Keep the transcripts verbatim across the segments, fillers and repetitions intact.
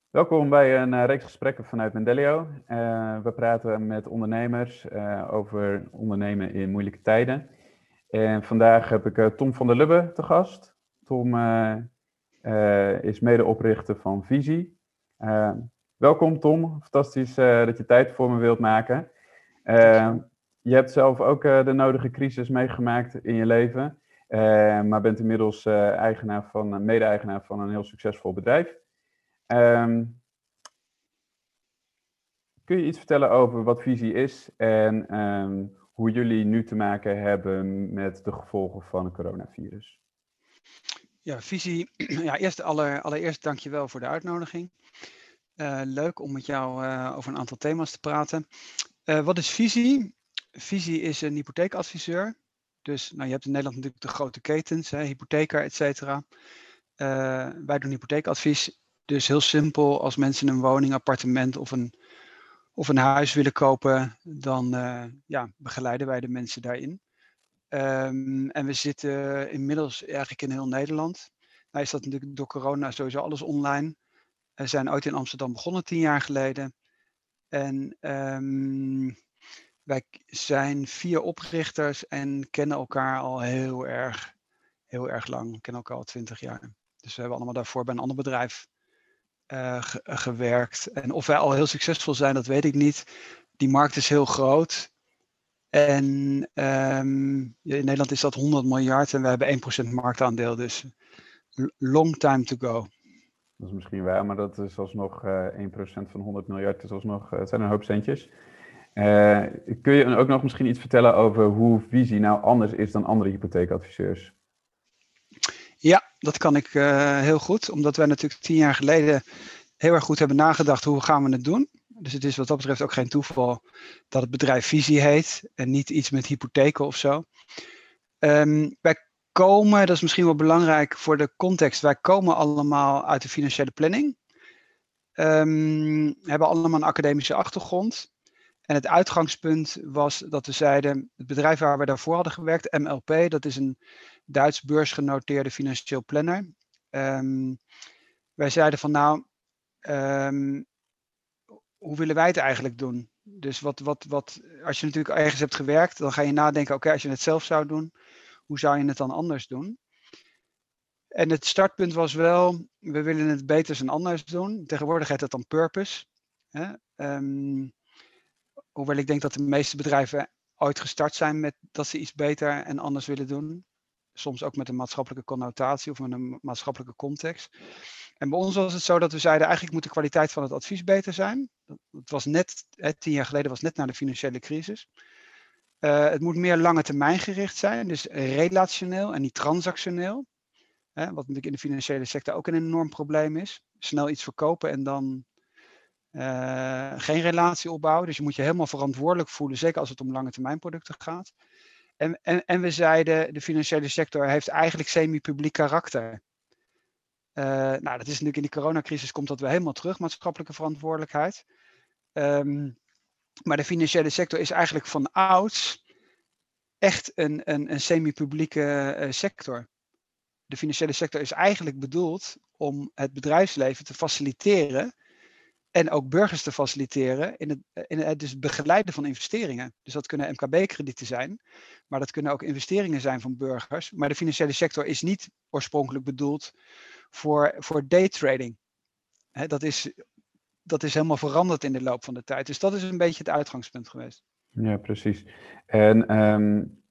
Welkom bij een uh, reeks gesprekken vanuit Mendelio. Uh, we praten met ondernemers uh, over ondernemen in moeilijke tijden. En vandaag heb ik uh, Tom van der Lubbe te gast. Tom uh, uh, is medeoprichter van Visie. Uh, welkom Tom, fantastisch uh, dat je tijd voor me wilt maken. Uh, je hebt zelf ook uh, de nodige crisis meegemaakt in je leven. Uh, maar bent inmiddels uh, eigenaar van, mede-eigenaar van een heel succesvol bedrijf. Um, kun je iets vertellen over wat Visie is en um, hoe jullie nu te maken hebben met de gevolgen van het coronavirus? Ja, Visie. Ja, eerst aller, allereerst dankjewel voor de uitnodiging. Uh, leuk om met jou uh, over een aantal thema's te praten. Uh, wat is Visie? Visie is een hypotheekadviseur. Dus nou, je hebt in Nederland natuurlijk de grote ketens, hè, Hypotheker, et cetera. Uh, wij doen hypotheekadvies. Dus heel simpel, als mensen een woning, appartement of een, of een huis willen kopen, dan uh, ja, begeleiden wij de mensen daarin. Um, en we zitten inmiddels eigenlijk in heel Nederland. Nou is dat natuurlijk door corona sowieso alles online. We zijn ooit in Amsterdam begonnen, tien jaar geleden. En um, wij zijn vier oprichters en kennen elkaar al heel erg, heel erg lang. We kennen elkaar al twintig jaar. Dus we hebben allemaal daarvoor bij een ander bedrijf uh, ge- gewerkt. En of wij al heel succesvol zijn, dat weet ik niet. Die markt is heel groot. En um, in Nederland is dat honderd miljard en we hebben één procent marktaandeel. Dus long time to go. Dat is misschien waar, maar dat is alsnog uh, één procent van honderd miljard. Dus alsnog, uh, het zijn een hoop centjes. Uh, kun je ook nog misschien iets vertellen over hoe Visie nou anders is dan andere hypotheekadviseurs? Ja, dat kan ik uh, heel goed. Omdat wij natuurlijk tien jaar geleden heel erg goed hebben nagedacht hoe gaan we het doen. Dus het is wat dat betreft ook geen toeval dat het bedrijf Visie heet en niet iets met hypotheken of zo. Um, wij komen, dat is misschien wel belangrijk voor de context, wij komen allemaal uit de financiële planning. Um, hebben allemaal een academische achtergrond. En het uitgangspunt was dat we zeiden, het bedrijf waar we daarvoor hadden gewerkt, M L P, dat is een Duits beursgenoteerde financieel planner. Um, wij zeiden van nou, um, hoe willen wij het eigenlijk doen? Dus wat, wat, wat, als je natuurlijk ergens hebt gewerkt, dan ga je nadenken, oké, okay, als je het zelf zou doen, hoe zou je het dan anders doen? En het startpunt was wel, we willen het beter en anders doen. Tegenwoordig heet dat dan purpose. Hè? Um, hoewel ik denk dat de meeste bedrijven ooit gestart zijn met dat ze iets beter en anders willen doen. Soms ook met een maatschappelijke connotatie of met een maatschappelijke context. En bij ons was het zo dat we zeiden, eigenlijk moet de kwaliteit van het advies beter zijn. Het was net, hè, tien jaar geleden was net na de financiële crisis. Uh, het moet meer lange termijn gericht zijn, dus relationeel en niet transactioneel. Hè, wat natuurlijk in de financiële sector ook een enorm probleem is. Snel iets verkopen en dan uh, geen relatie opbouwen. Dus je moet je helemaal verantwoordelijk voelen, zeker als het om lange termijn producten gaat. En, en, en we zeiden, de financiële sector heeft eigenlijk semi-publiek karakter. Uh, nou, dat is natuurlijk in die coronacrisis komt dat weer helemaal terug, maatschappelijke verantwoordelijkheid. Um, maar de financiële sector is eigenlijk van ouds echt een, een, een semi-publieke uh, sector. De financiële sector is eigenlijk bedoeld om het bedrijfsleven te faciliteren en ook burgers te faciliteren in het, in het dus begeleiden van investeringen. Dus dat kunnen M K B-kredieten zijn, maar dat kunnen ook investeringen zijn van burgers. Maar de financiële sector is niet oorspronkelijk bedoeld voor, voor daytrading. He, dat, is, dat is helemaal veranderd in de loop van de tijd. Dus dat is een beetje het uitgangspunt geweest. Ja, precies. En um,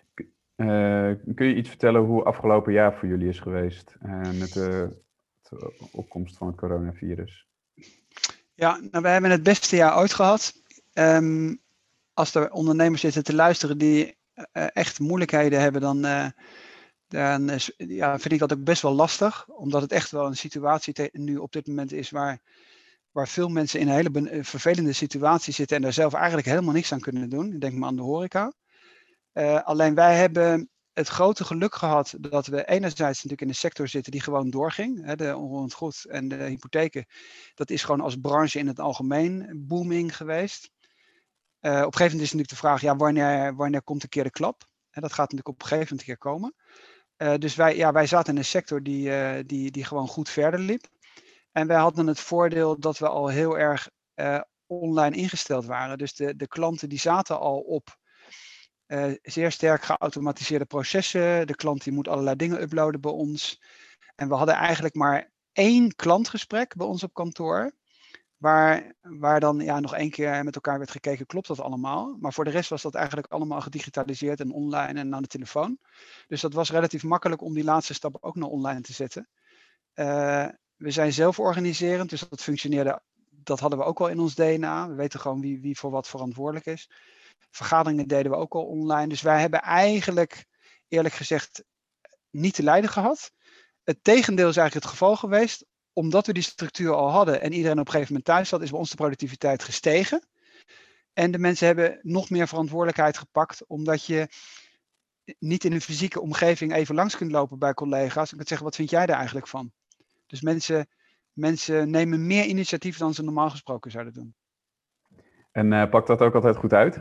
uh, kun je iets vertellen hoe afgelopen jaar voor jullie is geweest uh, met de, de opkomst van het coronavirus? Ja, nou, we hebben het beste jaar ooit gehad. Um, als er ondernemers zitten te luisteren die uh, echt moeilijkheden hebben, dan, uh, dan is, ja, vind ik dat ook best wel lastig. Omdat het echt wel een situatie te, nu op dit moment is waar, waar veel mensen in een hele ben, vervelende situatie zitten en daar zelf eigenlijk helemaal niks aan kunnen doen. Ik denk maar aan de horeca. Uh, alleen wij hebben het grote geluk gehad dat we enerzijds natuurlijk in een sector zitten die gewoon doorging. Hè, de onroerend goed en de hypotheken. Dat is gewoon als branche in het algemeen booming geweest. Uh, op een gegeven moment is natuurlijk de vraag, ja, wanneer, wanneer komt een keer de klap? En dat gaat natuurlijk op een gegeven moment een keer komen. Uh, dus wij, ja, wij zaten in een sector die, uh, die, die gewoon goed verder liep. En wij hadden het voordeel dat we al heel erg uh, online ingesteld waren. Dus de, de klanten die zaten al op uh, zeer sterk geautomatiseerde processen. De klant die moet allerlei dingen uploaden bij ons. En we hadden eigenlijk maar één klantgesprek bij ons op kantoor. Waar, waar dan ja, nog één keer met elkaar werd gekeken, klopt dat allemaal? Maar voor de rest was dat eigenlijk allemaal gedigitaliseerd en online en aan de telefoon. Dus dat was relatief makkelijk om die laatste stap ook nog online te zetten. Uh, we zijn zelforganiserend, dus dat functioneerde, dat hadden we ook al in ons D N A. We weten gewoon wie, wie voor wat verantwoordelijk is. Vergaderingen deden we ook al online. Dus wij hebben eigenlijk, eerlijk gezegd, niet te lijden gehad. Het tegendeel is eigenlijk het geval geweest. Omdat we die structuur al hadden en iedereen op een gegeven moment thuis zat, is bij ons de productiviteit gestegen. En de mensen hebben nog meer verantwoordelijkheid gepakt, omdat je niet in een fysieke omgeving even langs kunt lopen bij collega's en kunt zeggen, wat vind jij daar eigenlijk van? Dus mensen, mensen nemen meer initiatief dan ze normaal gesproken zouden doen. En uh, pakt dat ook altijd goed uit?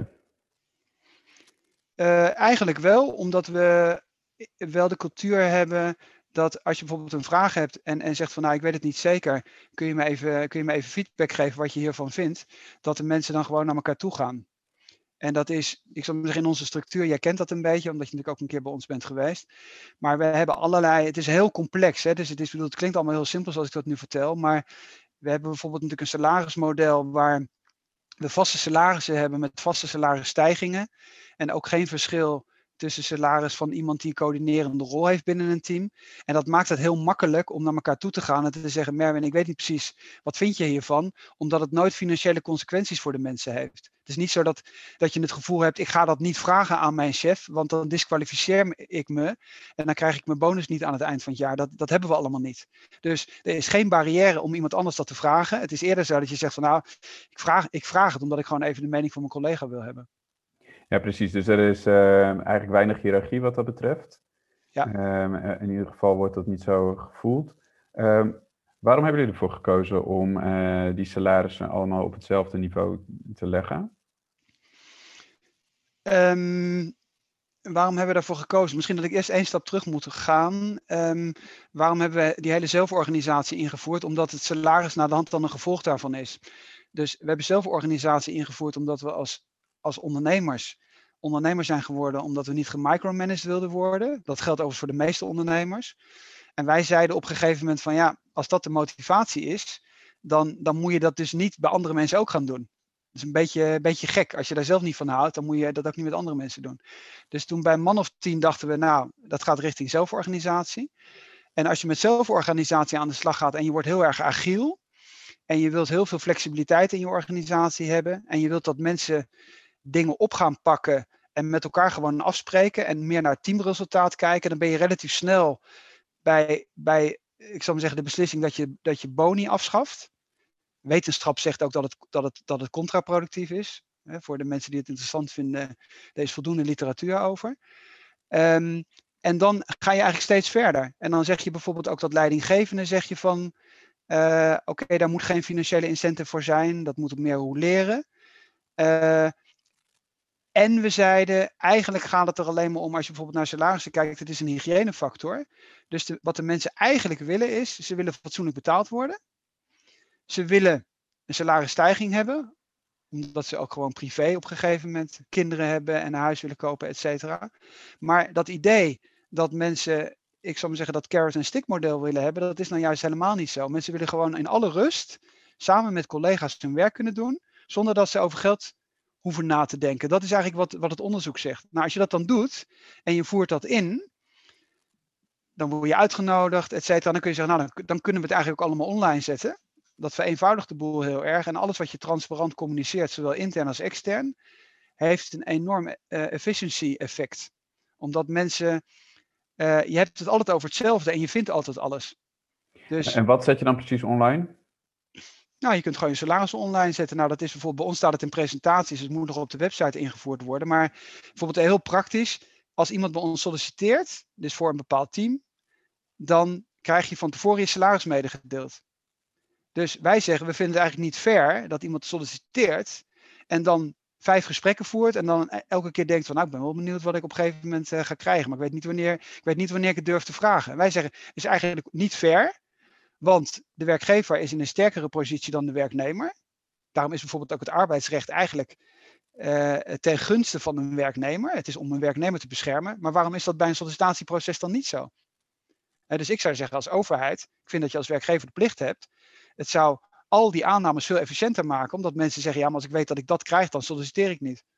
Uh, eigenlijk wel, omdat we wel de cultuur hebben dat als je bijvoorbeeld een vraag hebt en, en zegt van nou ik weet het niet zeker, kun je, me even, kun je me even feedback geven wat je hiervan vindt, dat de mensen dan gewoon naar elkaar toe gaan. En dat is, ik zal maar zeggen, in onze structuur, jij kent dat een beetje, omdat je natuurlijk ook een keer bij ons bent geweest. Maar we hebben allerlei, het is heel complex, hè? Dus het, is, bedoel, het klinkt allemaal heel simpel zoals ik dat nu vertel, maar we hebben bijvoorbeeld natuurlijk een salarismodel waar we vaste salarissen hebben met vaste salarisstijgingen en ook geen verschil tussen salaris van iemand die een coördinerende rol heeft binnen een team. En dat maakt het heel makkelijk om naar elkaar toe te gaan en te zeggen, Merwin, ik weet niet precies, wat vind je hiervan? Omdat het nooit financiële consequenties voor de mensen heeft. Het is niet zo dat, dat je het gevoel hebt, ik ga dat niet vragen aan mijn chef, want dan disqualificeer ik me en dan krijg ik mijn bonus niet aan het eind van het jaar. Dat, dat hebben we allemaal niet. Dus er is geen barrière om iemand anders dat te vragen. Het is eerder zo dat je zegt van nou, ik vraag, ik vraag het omdat ik gewoon even de mening van mijn collega wil hebben. Ja, precies. Dus er is uh, eigenlijk weinig hiërarchie wat dat betreft. Ja. Um, in ieder geval wordt dat niet zo gevoeld. Um, waarom hebben jullie ervoor gekozen om uh, die salarissen allemaal op hetzelfde niveau te leggen? Um, waarom hebben we daarvoor gekozen? Misschien dat ik eerst één stap terug moet gaan. Um, waarom hebben we die hele zelforganisatie ingevoerd? Omdat het salaris naar de hand dan een gevolg daarvan is. Dus we hebben zelforganisatie ingevoerd omdat we als als ondernemers ondernemers zijn geworden omdat we niet gemicromanaged wilden worden. Dat geldt overigens voor de meeste ondernemers. En wij zeiden op een gegeven moment van ja, als dat de motivatie is, dan, dan moet je dat dus niet bij andere mensen ook gaan doen. Dat is een beetje, een beetje gek. Als je daar zelf niet van houdt, dan moet je dat ook niet met andere mensen doen. Dus toen bij Man of Tien dachten we, nou, dat gaat richting zelforganisatie. En als je met zelforganisatie aan de slag gaat en je wordt heel erg agiel, en je wilt heel veel flexibiliteit in je organisatie hebben, en je wilt dat mensen dingen op gaan pakken en met elkaar gewoon afspreken en meer naar het teamresultaat kijken, dan ben je relatief snel bij, bij ik zal maar zeggen, de beslissing dat je, dat je boni afschaft. Wetenschap zegt ook dat het, dat het, dat het contraproductief is. Hè, voor de mensen die het interessant vinden, er is voldoende literatuur over. Um, en dan ga je eigenlijk steeds verder. En dan zeg je bijvoorbeeld ook dat leidinggevende, zeg je van, uh, oké, okay, daar moet geen financiële incentive voor zijn, dat moet ook meer roleren. Uh, En we zeiden, eigenlijk gaat het er alleen maar om, als je bijvoorbeeld naar salarissen kijkt, het is een hygiënefactor. Dus de, wat de mensen eigenlijk willen is, ze willen fatsoenlijk betaald worden. Ze willen een salarisstijging hebben, omdat ze ook gewoon privé op een gegeven moment kinderen hebben en een huis willen kopen, et cetera. Maar dat idee dat mensen, ik zal maar zeggen, dat carrot en stick model willen hebben, dat is nou juist helemaal niet zo. Mensen willen gewoon in alle rust, samen met collega's hun werk kunnen doen, zonder dat ze over geld hoeven na te denken. Dat is eigenlijk wat, wat het onderzoek zegt. Nou, als je dat dan doet en je voert dat in, dan word je uitgenodigd, et cetera. Dan kun je zeggen, nou, dan, dan kunnen we het eigenlijk ook allemaal online zetten. Dat vereenvoudigt de boel heel erg. En alles wat je transparant communiceert, zowel intern als extern, heeft een enorm uh, efficiency effect. Omdat mensen, uh, je hebt het altijd over hetzelfde en je vindt altijd alles. Dus, en wat zet je dan precies online? Nou, je kunt gewoon je salaris online zetten. Nou, dat is bijvoorbeeld, bij ons staat het in presentaties, dus het moet nog op de website ingevoerd worden. Maar bijvoorbeeld heel praktisch, als iemand bij ons solliciteert, dus voor een bepaald team, dan krijg je van tevoren je salaris medegedeeld. Dus wij zeggen, we vinden het eigenlijk niet fair dat iemand solliciteert en dan vijf gesprekken voert en dan elke keer denkt van, nou, ik ben wel benieuwd wat ik op een gegeven moment uh, ga krijgen, maar ik weet niet wanneer ik weet niet wanneer ik het durf te vragen. En wij zeggen, het is eigenlijk niet fair, Want de werkgever is in een sterkere positie dan de werknemer. Daarom is bijvoorbeeld ook het arbeidsrecht eigenlijk uh, ten gunste van een werknemer. Het is om een werknemer te beschermen. Maar waarom is dat bij een sollicitatieproces dan niet zo? Uh, dus ik zou zeggen als overheid, ik vind dat je als werkgever de plicht hebt. Het zou al die aannames veel efficiënter maken. Omdat mensen zeggen, ja, maar als ik weet dat ik dat krijg, dan solliciteer ik niet.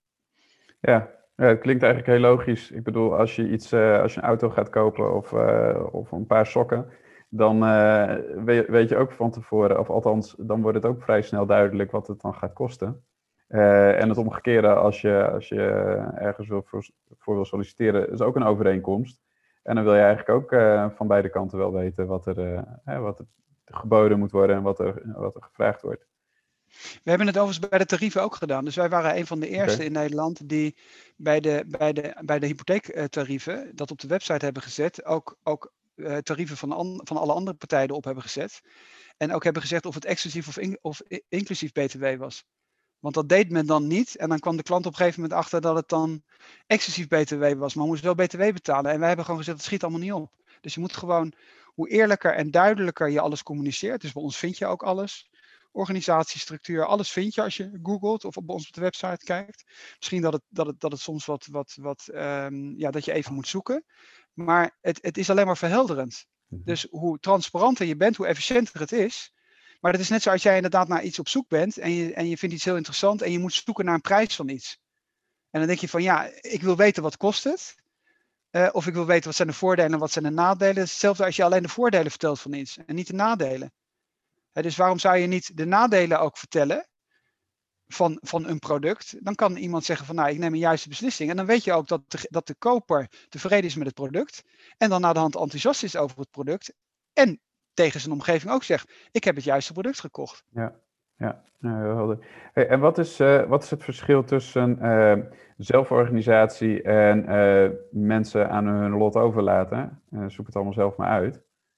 Ja, ja, het klinkt eigenlijk heel logisch. Ik bedoel, als je iets, uh, als je een auto gaat kopen of, uh, of een paar sokken, dan uh, weet, weet je ook van tevoren, of althans, dan wordt het ook vrij snel duidelijk wat het dan gaat kosten. Uh, en het omgekeerde, als je, als je ergens wil voor, voor wil solliciteren, is ook een overeenkomst. En dan wil je eigenlijk ook uh, van beide kanten wel weten wat er, uh, hè, wat er geboden moet worden en wat er, wat er gevraagd wordt. We hebben het overigens bij de tarieven ook gedaan. Dus wij waren een van de eerste okay. in Nederland die bij de, bij de, bij de hypotheektarieven dat op de website hebben gezet. Ook, ook uh, tarieven van, an, van alle andere partijen op hebben gezet. En ook hebben gezegd of het exclusief of, in, of inclusief B T W was. Want dat deed men dan niet. En dan kwam de klant op een gegeven moment achter dat het dan exclusief B T W was. Maar moest wel B T W betalen. En wij hebben gewoon gezegd, het schiet allemaal niet op. Dus je moet gewoon, hoe eerlijker en duidelijker je alles communiceert. Dus bij ons vind je ook alles. Organisatiestructuur, alles vind je als je googelt of op ons op de website kijkt. Misschien dat het, dat het, dat het soms wat, wat, wat um, ja, dat je even moet zoeken. Maar het, het is alleen maar verhelderend. Mm-hmm. Dus hoe transparanter je bent, hoe efficiënter het is. Maar het is net zo als jij inderdaad naar iets op zoek bent en je, en je vindt iets heel interessant en je moet zoeken naar een prijs van iets. En dan denk je van ja, ik wil weten wat kost het. Uh, of ik wil weten wat zijn de voordelen en wat zijn de nadelen. Het is hetzelfde als je alleen de voordelen vertelt van iets en niet de nadelen. He, dus waarom zou je niet de nadelen ook vertellen van, van een product? Dan kan iemand zeggen van nou, ik neem een juiste beslissing. En dan weet je ook dat de, dat de koper tevreden is met het product. En dan naar de hand enthousiast is over het product. En tegen zijn omgeving ook zegt, ik heb het juiste product gekocht. Ja, ja, ja heel helder. Hey, en wat is, uh, wat is het verschil tussen uh, zelforganisatie en uh, mensen aan hun lot overlaten? Uh, zoek het allemaal zelf maar uit.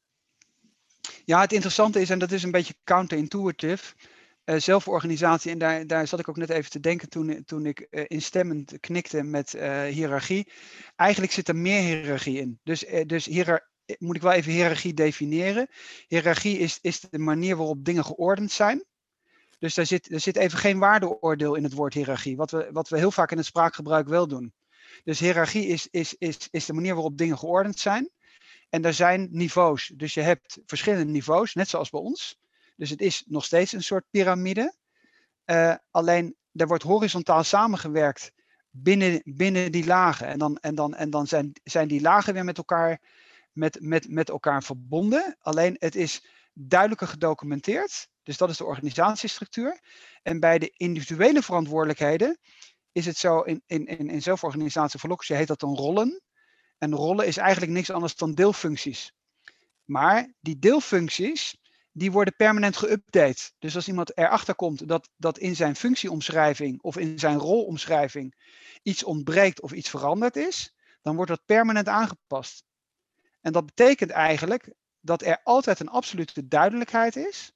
Ja, het interessante is, en dat is een beetje counterintuitive, uh, zelforganisatie, en daar, daar zat ik ook net even te denken toen, toen ik uh, instemmend knikte met uh, hiërarchie. Eigenlijk zit er meer hiërarchie in. Dus, uh, dus hierar- moet ik wel even hiërarchie definiëren. Hiërarchie is, is de manier waarop dingen geordend zijn. Dus daar zit, er zit even geen waardeoordeel in het woord hiërarchie, wat we, wat we heel vaak in het spraakgebruik wel doen. Dus hiërarchie is, is, is, is de manier waarop dingen geordend zijn. En er zijn niveaus. Dus je hebt verschillende niveaus, net zoals bij ons. Dus het is nog steeds een soort piramide. Uh, alleen er wordt horizontaal samengewerkt binnen, binnen die lagen. En dan, en dan, en dan zijn, zijn die lagen weer met elkaar, met, met, met elkaar verbonden. Alleen het is duidelijker gedocumenteerd. Dus dat is de organisatiestructuur. En bij de individuele verantwoordelijkheden is het zo, in, in, in, in zelforganisatie voor Lockerse heet dat dan rollen. En rollen is eigenlijk niks anders dan deelfuncties. Maar die deelfuncties, die worden permanent geüpdate. Dus als iemand erachter komt dat, dat in zijn functieomschrijving of in zijn rolomschrijving iets ontbreekt of iets veranderd is, dan wordt dat permanent aangepast. En dat betekent eigenlijk dat er altijd een absolute duidelijkheid is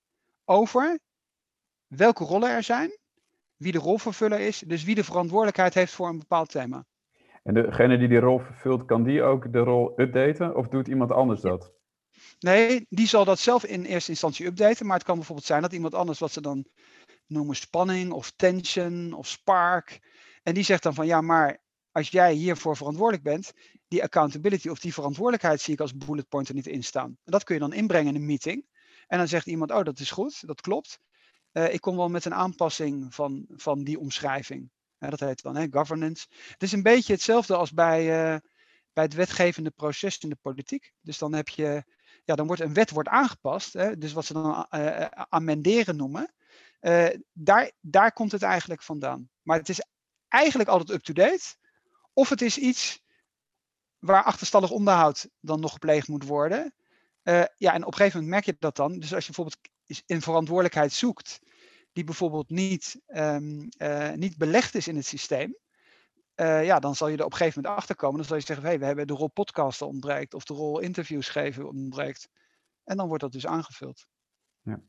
over welke rollen er zijn, wie de rolvervuller is, dus wie de verantwoordelijkheid heeft voor een bepaald thema. En degene die die rol vervult, kan die ook de rol updaten of doet iemand anders dat? Nee, die zal dat zelf in eerste instantie updaten, maar het kan bijvoorbeeld zijn dat iemand anders wat ze dan noemen spanning of tension of spark. En die zegt dan van ja, maar als jij hiervoor verantwoordelijk bent, die accountability of die verantwoordelijkheid zie ik als bullet point er niet in staan. En dat kun je dan inbrengen in een meeting. En dan zegt iemand, oh dat is goed, dat klopt. Uh, ik kom wel met een aanpassing van, van die omschrijving. Ja, dat heet dan hè, governance. Het is een beetje hetzelfde als bij, uh, bij het wetgevende proces in de politiek. Dus dan heb je, ja, dan wordt een wet wordt aangepast. Hè, dus wat ze dan uh, amenderen noemen. Uh, daar, daar komt het eigenlijk vandaan. Maar het is eigenlijk altijd up-to-date. Of het is iets waar achterstallig onderhoud dan nog gepleegd moet worden. Uh, ja, en op een gegeven moment merk je dat dan. Dus als je bijvoorbeeld een verantwoordelijkheid zoekt die bijvoorbeeld niet, um, uh, niet belegd is in het systeem, uh, ja, dan zal je er op een gegeven moment achter komen. Dan zal je zeggen, hey, we hebben de rol podcasten ontbreekt of de rol interviews geven ontbreekt. En dan wordt dat dus aangevuld. Ja.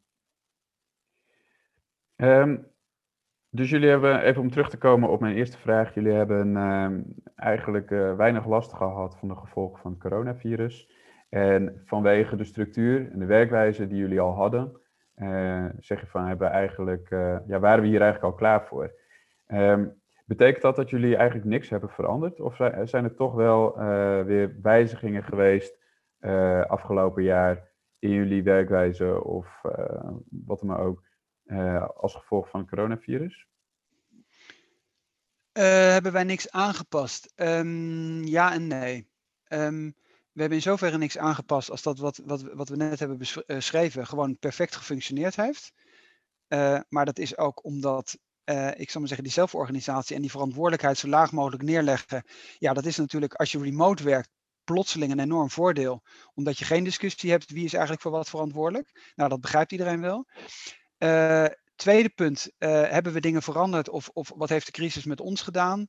Um, dus jullie hebben, even om terug te komen op mijn eerste vraag, jullie hebben um, eigenlijk uh, weinig last gehad van de gevolgen van het coronavirus. En vanwege de structuur en de werkwijze die jullie al hadden, uh, zeg je van, hebben we eigenlijk, uh, ja, waren we hier eigenlijk al klaar voor. Um, betekent dat dat jullie eigenlijk niks hebben veranderd? Of zijn er toch wel uh, weer wijzigingen geweest uh, afgelopen jaar in jullie werkwijze of uh, wat dan ook, uh, als gevolg van het coronavirus? Uh, hebben wij niks aangepast? Um, ja en nee. Um, we hebben in zoverre niks aangepast als dat wat, wat, wat we net hebben beschreven gewoon perfect gefunctioneerd heeft. Uh, maar dat is ook omdat, uh, ik zal maar zeggen, die zelforganisatie en die verantwoordelijkheid zo laag mogelijk neerleggen. Ja, dat is natuurlijk als je remote werkt plotseling een enorm voordeel. Omdat je geen discussie hebt wie is eigenlijk voor wat verantwoordelijk. Nou, dat begrijpt iedereen wel. Uh, Tweede punt, uh, hebben we dingen veranderd of, of wat heeft de crisis met ons gedaan?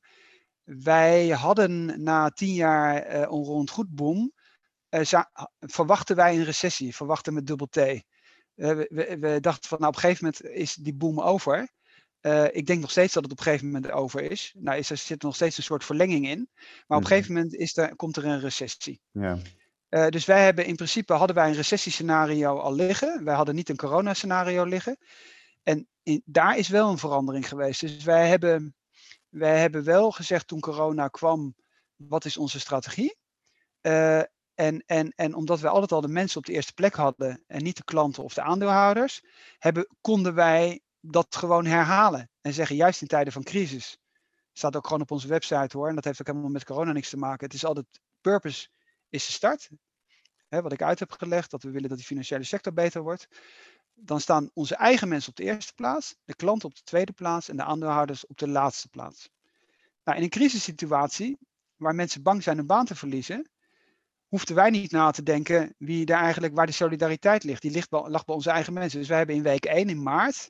Wij hadden na tien jaar uh, onroerend goed boom, uh, verwachten wij een recessie, verwachten met dubbel T. Uh, we, we, we dachten van nou op een gegeven moment is die boom over. Uh, ik denk nog steeds dat het op een gegeven moment over is. Nou, is er zit er nog steeds een soort verlenging in. Maar op een gegeven moment is er, komt er een recessie. Ja. Uh, dus wij hebben in principe hadden wij een recessiescenario al liggen. Wij hadden niet een coronascenario liggen. En in, daar is wel een verandering geweest. Dus wij hebben, wij hebben wel gezegd toen corona kwam, wat is onze strategie? Uh, en, en, en omdat wij altijd al de mensen op de eerste plek hadden en niet de klanten of de aandeelhouders, hebben, konden wij dat gewoon herhalen. En zeggen, juist in tijden van crisis, staat ook gewoon op onze website hoor, en dat heeft ook helemaal met corona niks te maken. Het is altijd, purpose is de start. Hè, wat ik uit heb gelegd, dat we willen dat die financiële sector beter wordt. Dan staan onze eigen mensen op de eerste plaats, de klanten op de tweede plaats en de aandeelhouders op de laatste plaats. Nou, in een crisissituatie, waar mensen bang zijn hun baan te verliezen, hoefden wij niet na te denken wie daar eigenlijk, waar de solidariteit ligt. Die ligt bij, lag bij onze eigen mensen. Dus wij hebben in week één in maart,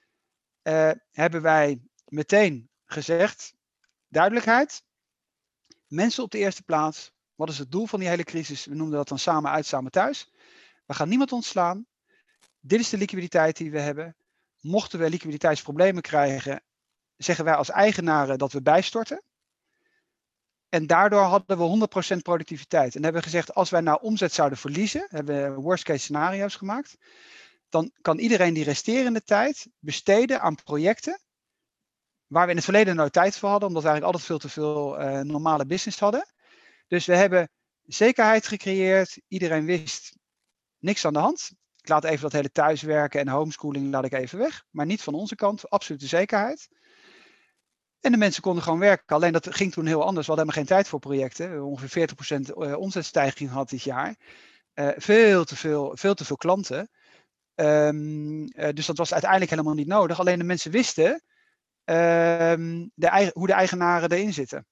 uh, hebben wij meteen gezegd, duidelijkheid, mensen op de eerste plaats. Wat is het doel van die hele crisis? We noemden dat dan samen uit, samen thuis. We gaan niemand ontslaan. Dit is de liquiditeit die we hebben. Mochten we liquiditeitsproblemen krijgen, zeggen wij als eigenaren dat we bijstorten. En daardoor hadden we honderd procent productiviteit. En hebben we gezegd, als wij nou omzet zouden verliezen, hebben we worst case scenario's gemaakt, dan kan iedereen die resterende tijd besteden aan projecten waar we in het verleden nooit tijd voor hadden, omdat we eigenlijk altijd veel te veel uh, normale business hadden. Dus we hebben zekerheid gecreëerd. Iedereen wist, niks aan de hand. Ik laat even dat hele thuiswerken en homeschooling laat ik even weg. Maar niet van onze kant, absolute zekerheid. En de mensen konden gewoon werken. Alleen dat ging toen heel anders. We hadden helemaal geen tijd voor projecten. We hebben ongeveer veertig procent omzetstijging gehad dit jaar. Uh, veel, te veel, veel te veel klanten. Um, uh, dus dat was uiteindelijk helemaal niet nodig. Alleen de mensen wisten um, de eigen, hoe de eigenaren erin zitten.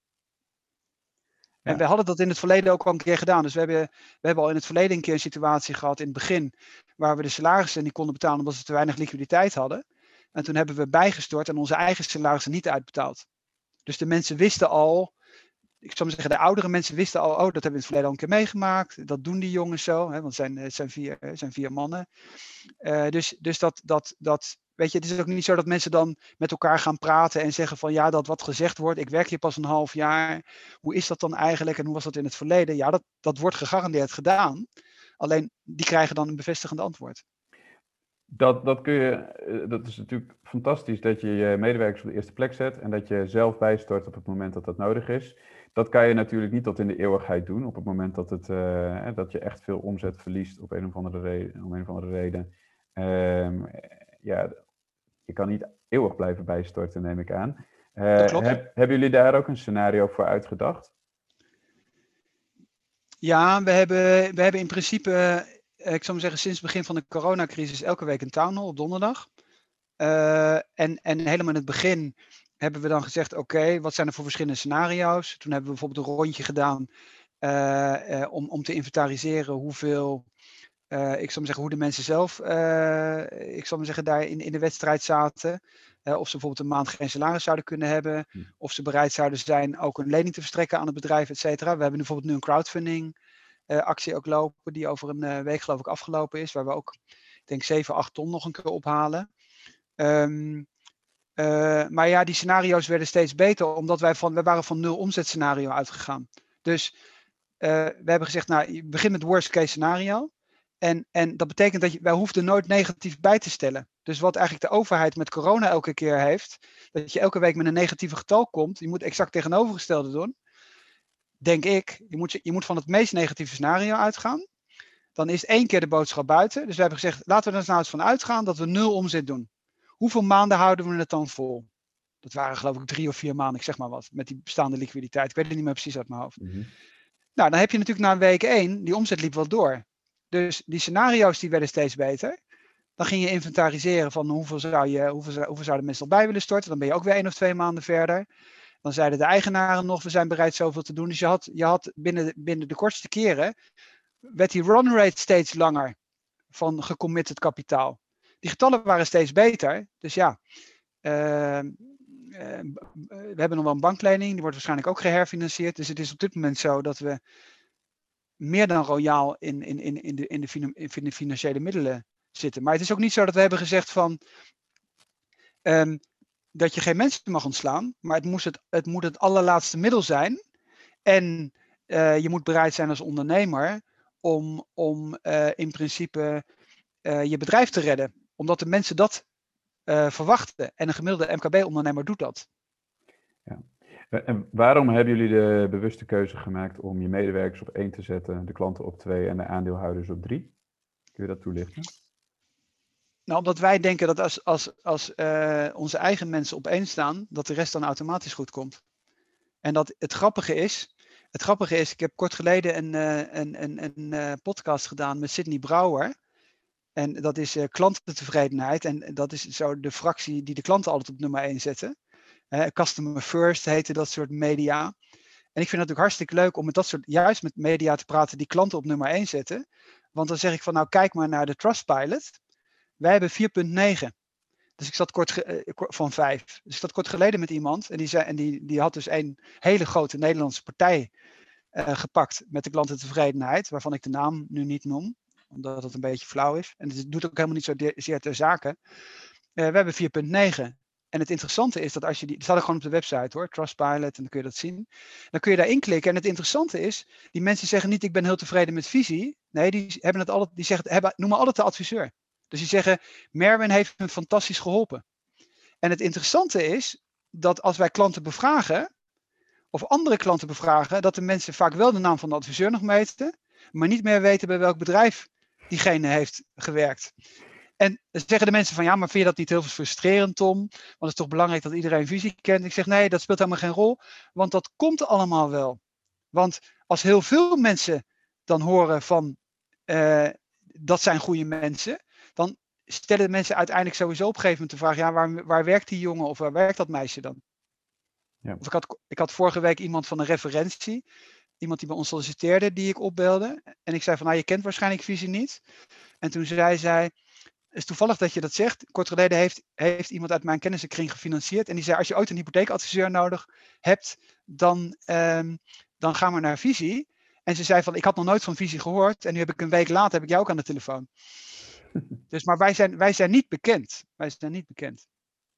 Ja. En we hadden dat in het verleden ook al een keer gedaan. Dus we hebben, we hebben al in het verleden een keer een situatie gehad in het begin, waar we de salarissen niet konden betalen omdat we te weinig liquiditeit hadden. En toen hebben we bijgestort en onze eigen salarissen niet uitbetaald. Dus de mensen wisten al, ik zou maar zeggen, de oudere mensen wisten al, oh, dat hebben we in het verleden al een keer meegemaakt. Dat doen die jongens zo, hè, want het zijn, het zijn, vier, het zijn vier mannen. Uh, dus dus dat, dat, dat, weet je, het is ook niet zo dat mensen dan met elkaar gaan praten en zeggen van, ja, dat wat gezegd wordt, ik werk hier pas een half jaar. Hoe is dat dan eigenlijk en hoe was dat in het verleden? Ja, dat, dat wordt gegarandeerd gedaan. Alleen, die krijgen dan een bevestigend antwoord. Dat, dat, kun je, dat is natuurlijk fantastisch dat je je medewerkers op de eerste plek zet en dat je zelf bijstort op het moment dat dat nodig is. Dat kan je natuurlijk niet tot in de eeuwigheid doen op het moment dat, het, uh, dat je echt veel omzet verliest op een of andere reden. Om een of andere reden. Um, ja, je kan niet eeuwig blijven bijstorten, neem ik aan. Uh, dat klopt. Heb, hebben jullie daar ook een scenario voor uitgedacht? Ja, we hebben, we hebben in principe, ik zou maar zeggen, sinds het begin van de coronacrisis elke week een town hall op donderdag. Uh, en, en helemaal in het begin hebben we dan gezegd, oké, okay, wat zijn er voor verschillende scenario's? Toen hebben we bijvoorbeeld een rondje gedaan uh, uh, om, om te inventariseren hoeveel, uh, ik zal maar zeggen, hoe de mensen zelf, uh, ik zal maar zeggen, daar in, in de wedstrijd zaten. Uh, of ze bijvoorbeeld een maand geen salaris zouden kunnen hebben. Hm. Of ze bereid zouden zijn ook een lening te verstrekken aan het bedrijf, et cetera. We hebben bijvoorbeeld nu een crowdfunding uh, actie ook lopen, die over een uh, week geloof ik afgelopen is. Waar we ook, ik denk, zeven, acht ton nog een keer ophalen. Um, uh, maar ja, die scenario's werden steeds beter, omdat wij van, wij waren van nul omzetscenario uitgegaan. Dus we hebben gezegd, nou, je begint met worst case scenario. En, en dat betekent dat je, wij hoefden nooit negatief bij te stellen. Dus wat eigenlijk de overheid met corona elke keer heeft, dat je elke week met een negatieve getal komt, je moet exact tegenovergestelde doen. Denk ik, je moet, je moet van het meest negatieve scenario uitgaan. Dan is het één keer de boodschap buiten. Dus we hebben gezegd, laten we er nou eens van uitgaan dat we nul omzet doen. Hoeveel maanden houden we het dan vol? Dat waren geloof ik drie of vier maanden, ik zeg maar wat, met die bestaande liquiditeit. Ik weet het niet meer precies uit mijn hoofd. Mm-hmm. Nou, dan heb je natuurlijk na week één, die omzet liep wel door. Dus die scenario's die werden steeds beter. Dan ging je inventariseren van hoeveel, zou je, hoeveel, hoeveel zouden mensen nog bij willen storten. Dan ben je ook weer één of twee maanden verder. Dan zeiden de eigenaren nog, we zijn bereid zoveel te doen. Dus je had, je had binnen, binnen de kortste keren, werd die run rate steeds langer van gecommitted kapitaal. Die getallen waren steeds beter. Dus ja, uh, uh, we hebben nog wel een banklening. Die wordt waarschijnlijk ook geherfinancierd. Dus het is op dit moment zo dat we meer dan royaal in, in, in, in, de, in, de, in de financiële middelen zitten. Maar het is ook niet zo dat we hebben gezegd van um, dat je geen mensen mag ontslaan. Maar het, moest het, het moet het allerlaatste middel zijn. En uh, je moet bereid zijn als ondernemer om, om uh, in principe uh, je bedrijf te redden. Omdat de mensen dat uh, verwachten. En een gemiddelde M K B-ondernemer doet dat. Ja. En waarom hebben jullie de bewuste keuze gemaakt om je medewerkers op één te zetten, de klanten op twee en de aandeelhouders op drie? Kun je dat toelichten? Nou, omdat wij denken dat als, als, als uh, onze eigen mensen op één staan, dat de rest dan automatisch goed komt. En dat het grappige is, het grappige is, ik heb kort geleden een, uh, een, een, een uh, podcast gedaan met Sydney Brouwer. En dat is uh, klantentevredenheid. En dat is zo de fractie die de klanten altijd op nummer één zetten. Uh, Customer First heette dat soort media. En ik vind het natuurlijk hartstikke leuk om met dat soort, juist met media te praten die klanten op nummer één zetten. Want dan zeg ik van, nou kijk maar naar de Trustpilot. Wij hebben vier komma negen. Dus ik zat kort ge- van vijf. Dus ik zat kort geleden met iemand. En die, zei, en die, die had dus een hele grote Nederlandse partij uh, gepakt met de klantentevredenheid. Waarvan ik de naam nu niet noem. Omdat het een beetje flauw is. En het doet ook helemaal niet zo de, zeer ter zake. Uh, we hebben vier komma negen. En het interessante is dat als je die, die staat er gewoon op de website hoor, Trustpilot, en dan kun je dat zien. Dan kun je daarin klikken. En het interessante is, die mensen zeggen niet, ik ben heel tevreden met visie. Nee, die hebben het altijd, die zeggen, hebben, noemen altijd de adviseur. Dus die zeggen, Merwin heeft me fantastisch geholpen. En het interessante is, dat als wij klanten bevragen, of andere klanten bevragen, dat de mensen vaak wel de naam van de adviseur nog weten, maar niet meer weten bij welk bedrijf diegene heeft gewerkt. En dan zeggen de mensen van, ja, maar vind je dat niet heel frustrerend, Tom? Want het is toch belangrijk dat iedereen visie kent? Ik zeg, nee, dat speelt helemaal geen rol, want dat komt allemaal wel. Want als heel veel mensen dan horen van, uh, dat zijn goede mensen, dan stellen de mensen uiteindelijk sowieso op een gegeven moment de vraag, ja, waar, waar werkt die jongen of waar werkt dat meisje dan? Ja. Of ik, had, ik had vorige week iemand van een referentie, iemand die bij ons solliciteerde, die ik opbelde. En ik zei van, nou, je kent waarschijnlijk visie niet. En toen zei zij, het is toevallig dat je dat zegt. Kort geleden heeft, heeft iemand uit mijn kennissenkring gefinancierd. En die zei, als je ooit een hypotheekadviseur nodig hebt, dan, um, dan ga maar naar visie. En ze zei van, ik had nog nooit van visie gehoord. En nu heb ik een week later, heb ik jou ook aan de telefoon. Dus, maar wij zijn, wij zijn niet bekend. Wij zijn niet bekend.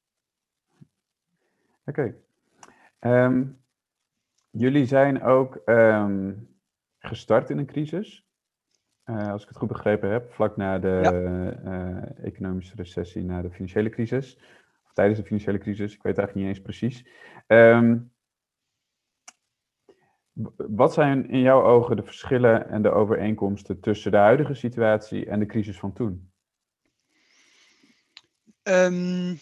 Oké. Okay. Um, jullie zijn ook um, gestart in een crisis. Uh, als ik het goed begrepen heb, vlak na de ja. uh, economische recessie, na de financiële crisis. Of tijdens de financiële crisis, ik weet het eigenlijk niet eens precies. Um, wat zijn in jouw ogen de verschillen en de overeenkomsten tussen de huidige situatie en de crisis van toen? Um,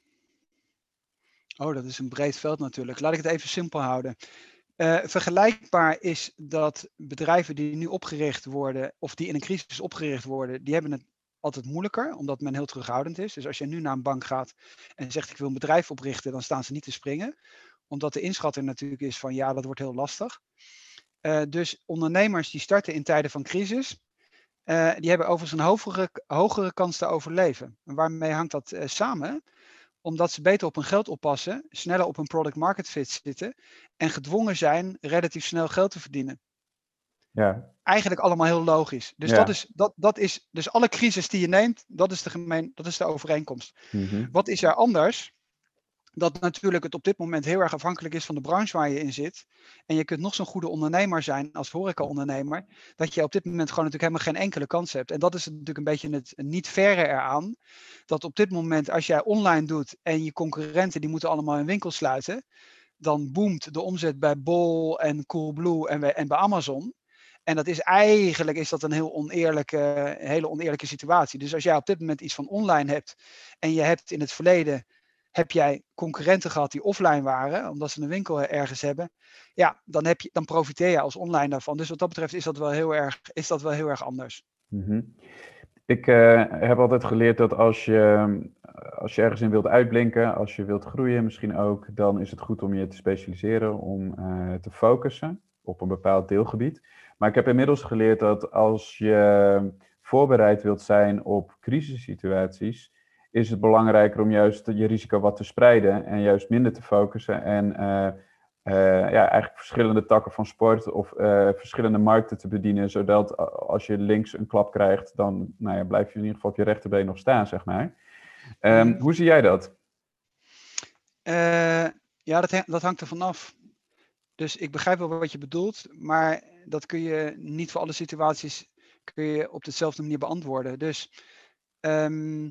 oh, dat is een breed veld natuurlijk. Laat ik het even simpel houden. Uh, vergelijkbaar is dat bedrijven die nu opgericht worden, of die in een crisis opgericht worden, die hebben het altijd moeilijker, omdat men heel terughoudend is. Dus als je nu naar een bank gaat en zegt ik wil een bedrijf oprichten, dan staan ze niet te springen. Omdat de inschatting natuurlijk is van ja, dat wordt heel lastig. Uh, dus ondernemers die starten in tijden van crisis, uh, die hebben overigens een hogere, hogere kans te overleven. En waarmee hangt dat uh, samen? Omdat ze beter op hun geld oppassen, sneller op hun product market fit zitten en gedwongen zijn relatief snel geld te verdienen. Ja. Eigenlijk allemaal heel logisch. Dus, ja. dat is, dat, dat is, dus alle crisis die je neemt, dat is de, gemeen, dat is de overeenkomst. Mm-hmm. Wat is er anders? dat natuurlijk het op dit moment heel erg afhankelijk is van de branche waar je in zit. En je kunt nog zo'n goede ondernemer zijn als horeca-ondernemer, dat je op dit moment gewoon natuurlijk helemaal geen enkele kans hebt. En dat is natuurlijk een beetje het niet verre eraan, dat op dit moment als jij online doet en je concurrenten die moeten allemaal hun winkel sluiten, dan boomt de omzet bij Bol en Coolblue en bij, en bij Amazon. En dat is eigenlijk is dat een heel oneerlijke, hele oneerlijke situatie. Dus als jij op dit moment iets van online hebt en je hebt in het verleden heb jij concurrenten gehad die offline waren, omdat ze een winkel ergens hebben, ja, dan, heb je, dan profiteer je als online daarvan. Dus wat dat betreft is dat wel heel erg, is dat wel heel erg anders. Mm-hmm. Ik uh, heb altijd geleerd dat als je, als je ergens in wilt uitblinken, als je wilt groeien misschien ook, dan is het goed om je te specialiseren, om uh, te focussen op een bepaald deelgebied. Maar ik heb inmiddels geleerd dat als je voorbereid wilt zijn op crisissituaties, is het belangrijker om juist je risico wat te spreiden en juist minder te focussen en uh, uh, ja, eigenlijk verschillende takken van sport of uh, verschillende markten te bedienen, zodat als je links een klap krijgt, dan nou ja, blijf je in ieder geval op je rechterbeen nog staan, zeg maar. Um, mm. Hoe zie jij dat? Uh, ja, dat, dat hangt er vanaf. Dus ik begrijp wel wat je bedoelt, maar dat kun je niet voor alle situaties kun je op dezelfde manier beantwoorden. Dus um,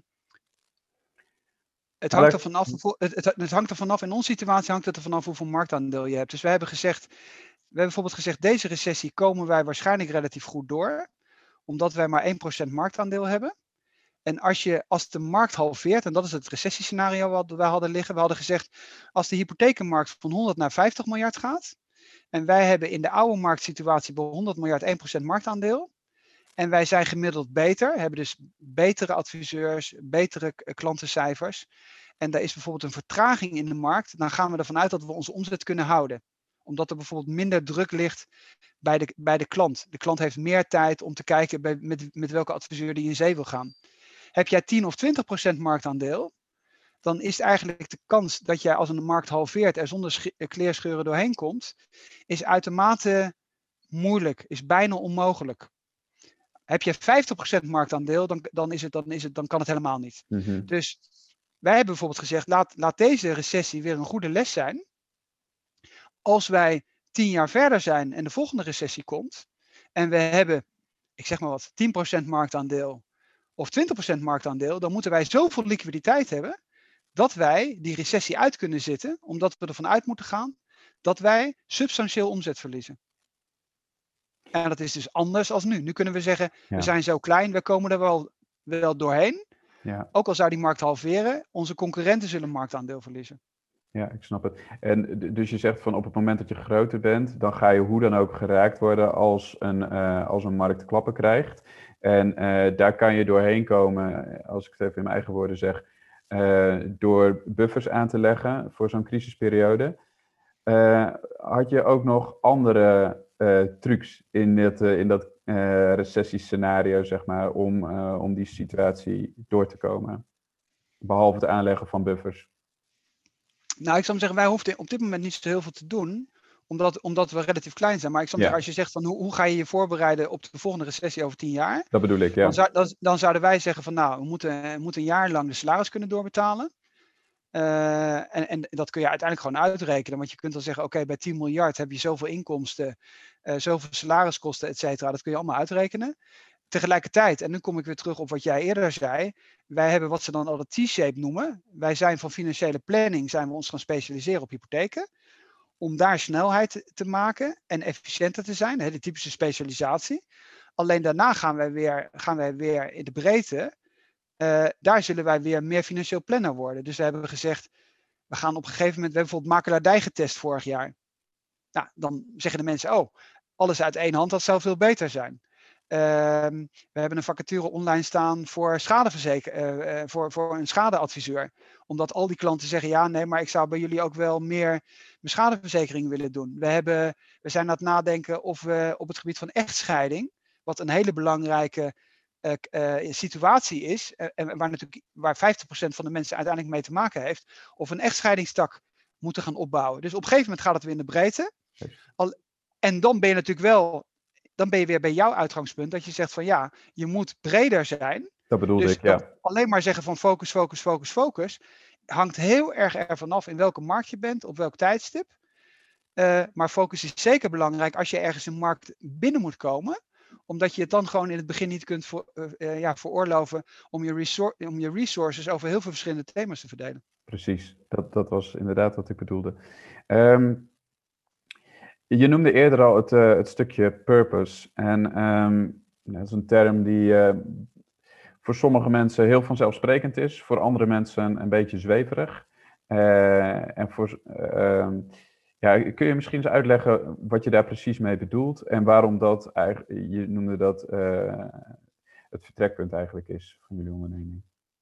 het, hangt er vanaf, het, het, het hangt er vanaf, in onze situatie hangt het er vanaf hoeveel marktaandeel je hebt. Dus we hebben gezegd, we hebben bijvoorbeeld gezegd, deze recessie komen wij waarschijnlijk relatief goed door, omdat wij maar één procent marktaandeel hebben. En als, je, als de markt halveert, en dat is het recessiescenario wat wij hadden liggen, we hadden gezegd, als de hypothekenmarkt van honderd naar vijftig miljard gaat, en wij hebben in de oude marktsituatie bij honderd miljard één procent marktaandeel, en wij zijn gemiddeld beter, hebben dus betere adviseurs, betere klantencijfers, en daar is bijvoorbeeld een vertraging in de markt, dan gaan we ervan uit dat we onze omzet kunnen houden. Omdat er bijvoorbeeld minder druk ligt bij de, bij de klant. De klant heeft meer tijd om te kijken bij, met, met welke adviseur die in zee wil gaan. Heb jij tien of twintig procent marktaandeel, dan is eigenlijk de kans dat jij als een markt halveert er zonder sch- kleerscheuren doorheen komt, is uitermate moeilijk, is bijna onmogelijk. Heb je vijftig procent marktaandeel, dan, dan, is het, dan, is het, dan kan het helemaal niet. Mm-hmm. Dus wij hebben bijvoorbeeld gezegd, laat, laat deze recessie weer een goede les zijn. Als wij tien jaar verder zijn en de volgende recessie komt, en we hebben, ik zeg maar wat, tien procent marktaandeel, of twintig procent marktaandeel, dan moeten wij zoveel liquiditeit hebben, dat wij die recessie uit kunnen zitten, omdat we ervan uit moeten gaan, dat wij substantieel omzet verliezen. En dat is dus anders als nu. Nu kunnen we zeggen, ja. we zijn zo klein, we komen er wel, wel doorheen. Ja. Ook al zou die markt halveren, onze concurrenten zullen marktaandeel verliezen. Ja, ik snap het. En dus je zegt van op het moment dat je groter bent, dan ga je hoe dan ook geraakt worden als een, uh, als een markt klappen krijgt. En uh, daar kan je doorheen komen, als ik het even in mijn eigen woorden zeg, uh, door buffers aan te leggen voor zo'n crisisperiode. Uh, had je ook nog andere uh, trucs in, dit, uh, in dat uh, recessiescenario, zeg maar, om, uh, om die situatie door te komen? Behalve het aanleggen van buffers. Nou, ik zou zeggen, wij hoeven op dit moment niet zo heel veel te doen, omdat, omdat we relatief klein zijn. Maar ik zou ja. zeggen, als je zegt van hoe, hoe ga je je voorbereiden op de volgende recessie over tien jaar? Dat bedoel ik, ja. Dan, zou, dan, dan zouden wij zeggen van nou, we moeten, we moeten een jaar lang de salaris kunnen doorbetalen. Uh, en, en dat kun je uiteindelijk gewoon uitrekenen. Want je kunt dan zeggen, oké, okay, bij tien miljard heb je zoveel inkomsten, uh, zoveel salariskosten, et cetera. Dat kun je allemaal uitrekenen. Tegelijkertijd, en nu kom ik weer terug op wat jij eerder zei, wij hebben wat ze dan al de T-shape noemen. Wij zijn van financiële planning, zijn we ons gaan specialiseren op hypotheken. Om daar snelheid te, te maken en efficiënter te zijn, de hele typische specialisatie. Alleen daarna gaan wij weer, gaan wij weer in de breedte, uh, daar zullen wij weer meer financieel planner worden. Dus we hebben gezegd, we gaan op een gegeven moment, we hebben bijvoorbeeld makelaardij getest vorig jaar. Nou, dan zeggen de mensen, oh, alles uit één hand, dat zou veel beter zijn. Uh, we hebben een vacature online staan voor, schadeverzeker, uh, uh, voor, voor een schadeadviseur. Omdat al die klanten zeggen, ja, nee, maar ik zou bij jullie ook wel meer mijn schadeverzekering willen doen. We, hebben, we zijn aan het nadenken of we op het gebied van echtscheiding, wat een hele belangrijke uh, uh, situatie is, uh, en waar, natuurlijk, waar vijftig procent van de mensen uiteindelijk mee te maken heeft, of een echtscheidingstak moeten gaan opbouwen. Dus op een gegeven moment gaat het weer in de breedte. Al, en dan ben je natuurlijk wel... Dan ben je weer bij jouw uitgangspunt dat je zegt van ja, je moet breder zijn. Dat bedoelde dus ik, ja. Dat alleen maar zeggen van focus, focus, focus, focus hangt heel erg ervan af in welke markt je bent, op welk tijdstip. Uh, maar focus is zeker belangrijk als je ergens een markt binnen moet komen, omdat je het dan gewoon in het begin niet kunt voor, uh, uh, ja, veroorloven om je, resor- om je resources over heel veel verschillende thema's te verdelen. Precies, dat, dat was inderdaad wat ik bedoelde. Um, je noemde eerder al het, uh, het stukje purpose. En um, dat is een term die uh, voor sommige mensen heel vanzelfsprekend is, voor andere mensen een beetje zweverig. Uh, en voor, uh, ja, kun je misschien eens uitleggen wat je daar precies mee bedoelt en waarom dat eigenlijk, je noemde dat uh, het vertrekpunt eigenlijk is van jullie onderneming?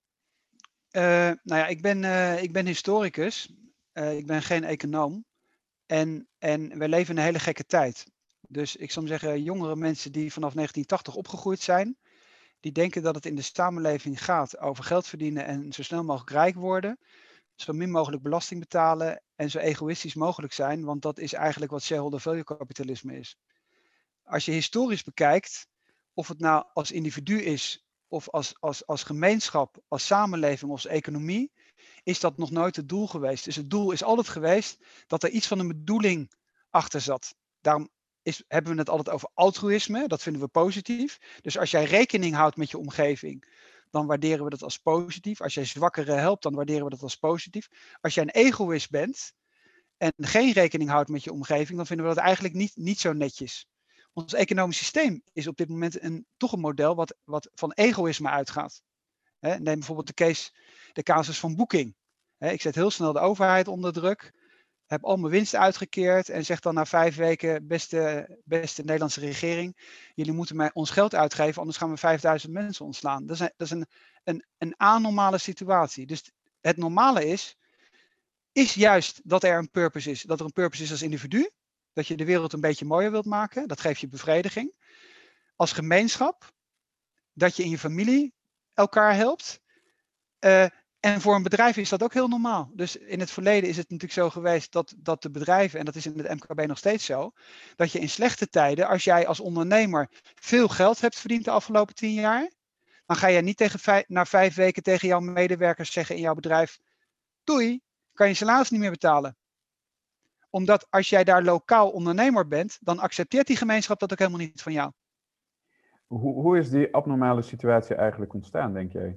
Uh, nou ja, ik ben, uh, ik ben historicus. Uh, ik ben geen econoom. En, en we leven in een hele gekke tijd. Dus ik zou zeggen, jongere mensen die vanaf negentien tachtig opgegroeid zijn, die denken dat het in de samenleving gaat over geld verdienen en zo snel mogelijk rijk worden, zo min mogelijk belasting betalen en zo egoïstisch mogelijk zijn, want dat is eigenlijk wat shareholder value kapitalisme is. Als je historisch bekijkt, of het nou als individu is, of als, als, als gemeenschap, als samenleving of als economie, is dat nog nooit het doel geweest. Dus het doel is altijd geweest dat er iets van een bedoeling achter zat. Daarom is, hebben we het altijd over altruïsme, dat vinden we positief. Dus als jij rekening houdt met je omgeving, dan waarderen we dat als positief. Als jij zwakkeren helpt, dan waarderen we dat als positief. Als jij een egoïst bent en geen rekening houdt met je omgeving, dan vinden we dat eigenlijk niet, niet zo netjes. Ons economisch systeem is op dit moment een, toch een model wat, wat van egoïsme uitgaat. He, neem bijvoorbeeld de, case, de casus van Booking. He, ik zet heel snel de overheid onder druk, heb al mijn winst uitgekeerd en zeg dan na vijf weken, beste, beste Nederlandse regering, jullie moeten mij ons geld uitgeven, anders gaan we vijfduizend mensen ontslaan. Dat is, een, dat is een, een, een anormale situatie. Dus het normale is, is juist dat er een purpose is. Dat er een purpose is als individu, dat je de wereld een beetje mooier wilt maken, dat geeft je bevrediging. Als gemeenschap, dat je in je familie elkaar helpt. Uh, en voor een bedrijf is dat ook heel normaal. Dus in het verleden is het natuurlijk zo geweest dat, dat de bedrijven, en dat is in het M K B nog steeds zo, dat je in slechte tijden, als jij als ondernemer veel geld hebt verdiend de afgelopen tien jaar, dan ga je niet tegen vijf, na vijf weken tegen jouw medewerkers zeggen in jouw bedrijf, doei, kan je salaris niet meer betalen. Omdat als jij daar lokaal ondernemer bent, dan accepteert die gemeenschap dat ook helemaal niet van jou. Hoe, hoe is die abnormale situatie eigenlijk ontstaan, denk jij?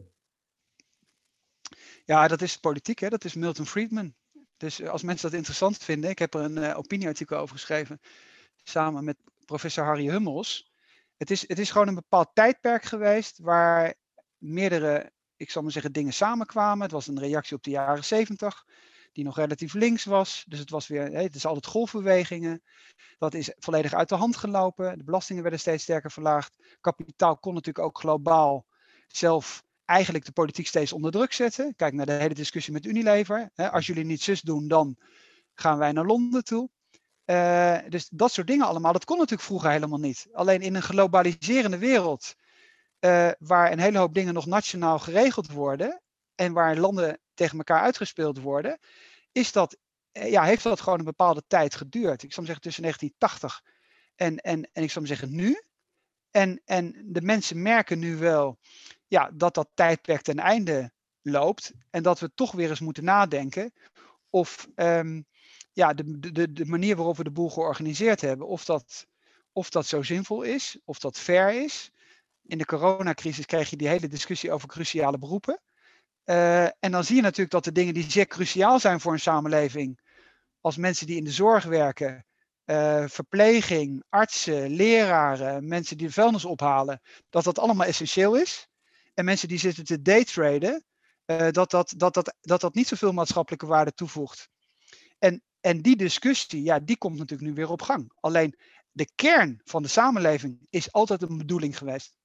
Ja, dat is politiek, hè? Dat is Milton Friedman. Dus als mensen dat interessant vinden, ik heb er een uh, opinieartikel over geschreven, samen met professor Harry Hummels. Het is, het is gewoon een bepaald tijdperk geweest waar meerdere, ik zal maar zeggen, dingen samenkwamen. Het was een reactie op de jaren zeventig, die nog relatief links was. Dus het was weer, het is altijd golfbewegingen. Dat is volledig uit de hand gelopen. De belastingen werden steeds sterker verlaagd. Kapitaal kon natuurlijk ook globaal zelf eigenlijk de politiek steeds onder druk zetten. Kijk naar de hele discussie met Unilever. Als jullie niet zus doen, dan gaan wij naar Londen toe. Uh, dus dat soort dingen allemaal, dat kon natuurlijk vroeger helemaal niet. Alleen in een globaliserende wereld, uh, waar een hele hoop dingen nog nationaal geregeld worden en waar landen tegen elkaar uitgespeeld worden, is dat, uh, ja, heeft dat gewoon een bepaalde tijd geduurd. Ik zou zeggen tussen negentien tachtig en, en, en ik zou zeggen nu. En, en de mensen merken nu wel ja, dat dat tijdperk ten einde loopt en dat we toch weer eens moeten nadenken of um, ja, de, de, de manier waarop we de boel georganiseerd hebben, of dat, of dat zo zinvol is, of dat fair is. In de coronacrisis kreeg je die hele discussie over cruciale beroepen. Uh, en dan zie je natuurlijk dat de dingen die zeer cruciaal zijn voor een samenleving, als mensen die in de zorg werken, uh, verpleging, artsen, leraren, mensen die de vuilnis ophalen, dat dat allemaal essentieel is. En mensen die zitten te daytraden, uh, dat, dat, dat, dat, dat dat niet zoveel maatschappelijke waarde toevoegt. En, en die discussie, ja, die komt natuurlijk nu weer op gang. Alleen de kern van de samenleving is altijd een bedoeling geweest.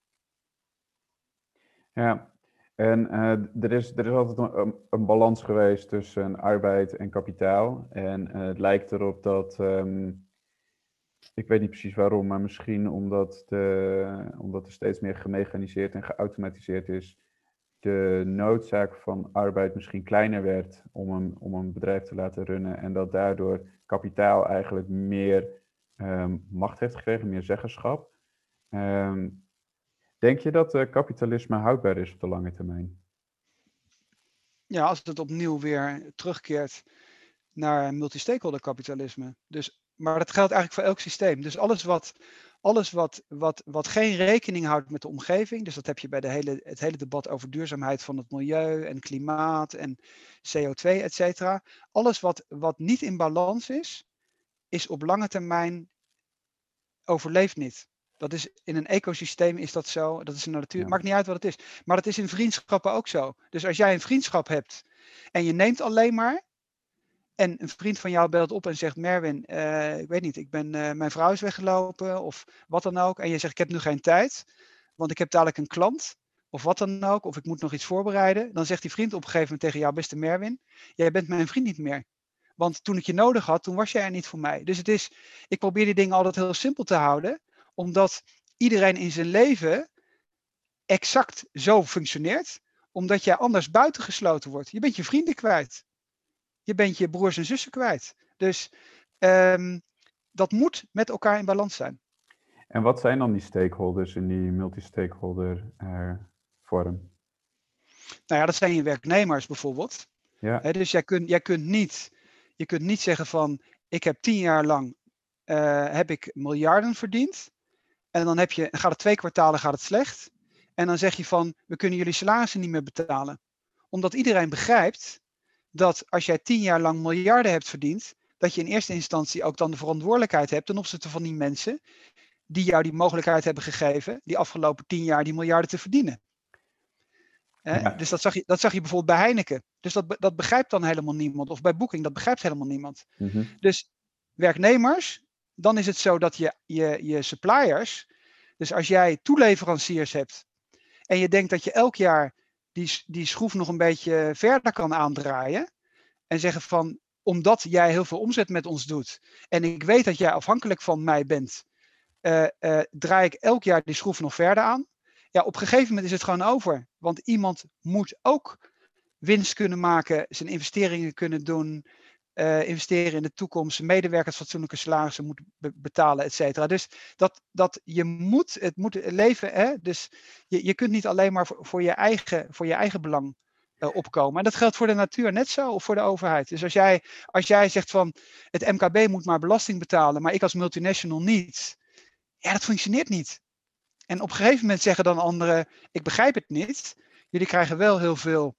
Ja, en uh, er, is, er is altijd een, een balans geweest tussen arbeid en kapitaal. En uh, het lijkt erop dat, um, ik weet niet precies waarom, maar misschien omdat, de, omdat er steeds meer gemechaniseerd en geautomatiseerd is, de noodzaak van arbeid misschien kleiner werd om een, om een bedrijf te laten runnen. En dat daardoor kapitaal eigenlijk meer um, macht heeft gekregen, meer zeggenschap. Um, denk je dat uh, kapitalisme houdbaar is op de lange termijn? ja, als het opnieuw weer terugkeert naar multi-stakeholder kapitalisme. Dus, maar dat geldt eigenlijk voor elk systeem. Dus alles wat, alles wat, wat, wat geen rekening houdt met de omgeving, dus dat heb je bij de hele, het hele debat over duurzaamheid van het milieu en klimaat en C O twee, et cetera. Alles wat, wat niet in balans is, is op lange termijn overleeft niet. Dat is in een ecosysteem is dat zo. Dat is in de natuur. Ja. Maakt niet uit wat het is. Maar dat is in vriendschappen ook zo. Dus als jij een vriendschap hebt en je neemt alleen maar. En een vriend van jou belt op en zegt: Merwin, uh, ik weet niet, ik ben, uh, mijn vrouw is weggelopen of wat dan ook. En je zegt: ik heb nu geen tijd, want ik heb dadelijk een klant. Of wat dan ook. Of ik moet nog iets voorbereiden. Dan zegt die vriend op een gegeven moment tegen jou: beste Merwin, jij bent mijn vriend niet meer. Want toen ik je nodig had, toen was jij er niet voor mij. Dus het is, ik probeer die dingen altijd heel simpel te houden. Omdat iedereen in zijn leven exact zo functioneert. Omdat jij anders buitengesloten wordt. Je bent je vrienden kwijt. Je bent je broers en zussen kwijt. Dus um, dat moet met elkaar in balans zijn. En wat zijn dan die stakeholders in die multi-stakeholder uh, vorm? Nou ja, dat zijn je werknemers bijvoorbeeld. Ja. He, dus jij kunt, jij kunt niet, je kunt niet zeggen van, ik heb tien jaar lang uh, heb ik miljarden verdiend. En dan heb je, gaat het twee kwartalen gaat het slecht. En dan zeg je van, we kunnen jullie salarissen niet meer betalen. Omdat iedereen begrijpt dat als jij tien jaar lang miljarden hebt verdiend, dat je in eerste instantie ook dan de verantwoordelijkheid hebt ten opzichte van die mensen die jou die mogelijkheid hebben gegeven, die afgelopen tien jaar die miljarden te verdienen. Hè? Ja. Dus dat zag, je, dat zag je bijvoorbeeld bij Heineken. Dus dat, dat begrijpt dan helemaal niemand. Of bij Booking, dat begrijpt helemaal niemand. Mm-hmm. Dus werknemers, dan is het zo dat je, je, je suppliers, dus als jij toeleveranciers hebt en je denkt dat je elk jaar die, die schroef nog een beetje verder kan aandraaien en zeggen van, omdat jij heel veel omzet met ons doet en ik weet dat jij afhankelijk van mij bent, uh, uh, draai ik elk jaar die schroef nog verder aan. Ja, op een gegeven moment is het gewoon over. Want iemand moet ook winst kunnen maken, zijn investeringen kunnen doen, uh, investeren in de toekomst, zijn medewerkers fatsoenlijke salarissen moet be- betalen, et cetera. Dus dat, dat je moet, het moet leven, hè? Dus je, je kunt niet alleen maar voor, voor, je, eigen, voor je eigen belang uh, opkomen. En dat geldt voor de natuur net zo, of voor de overheid. Dus als jij, als jij zegt van, het M K B moet maar belasting betalen, maar ik als multinational niet. Ja, dat functioneert niet. En op een gegeven moment zeggen dan anderen, ik begrijp het niet. Jullie krijgen wel heel veel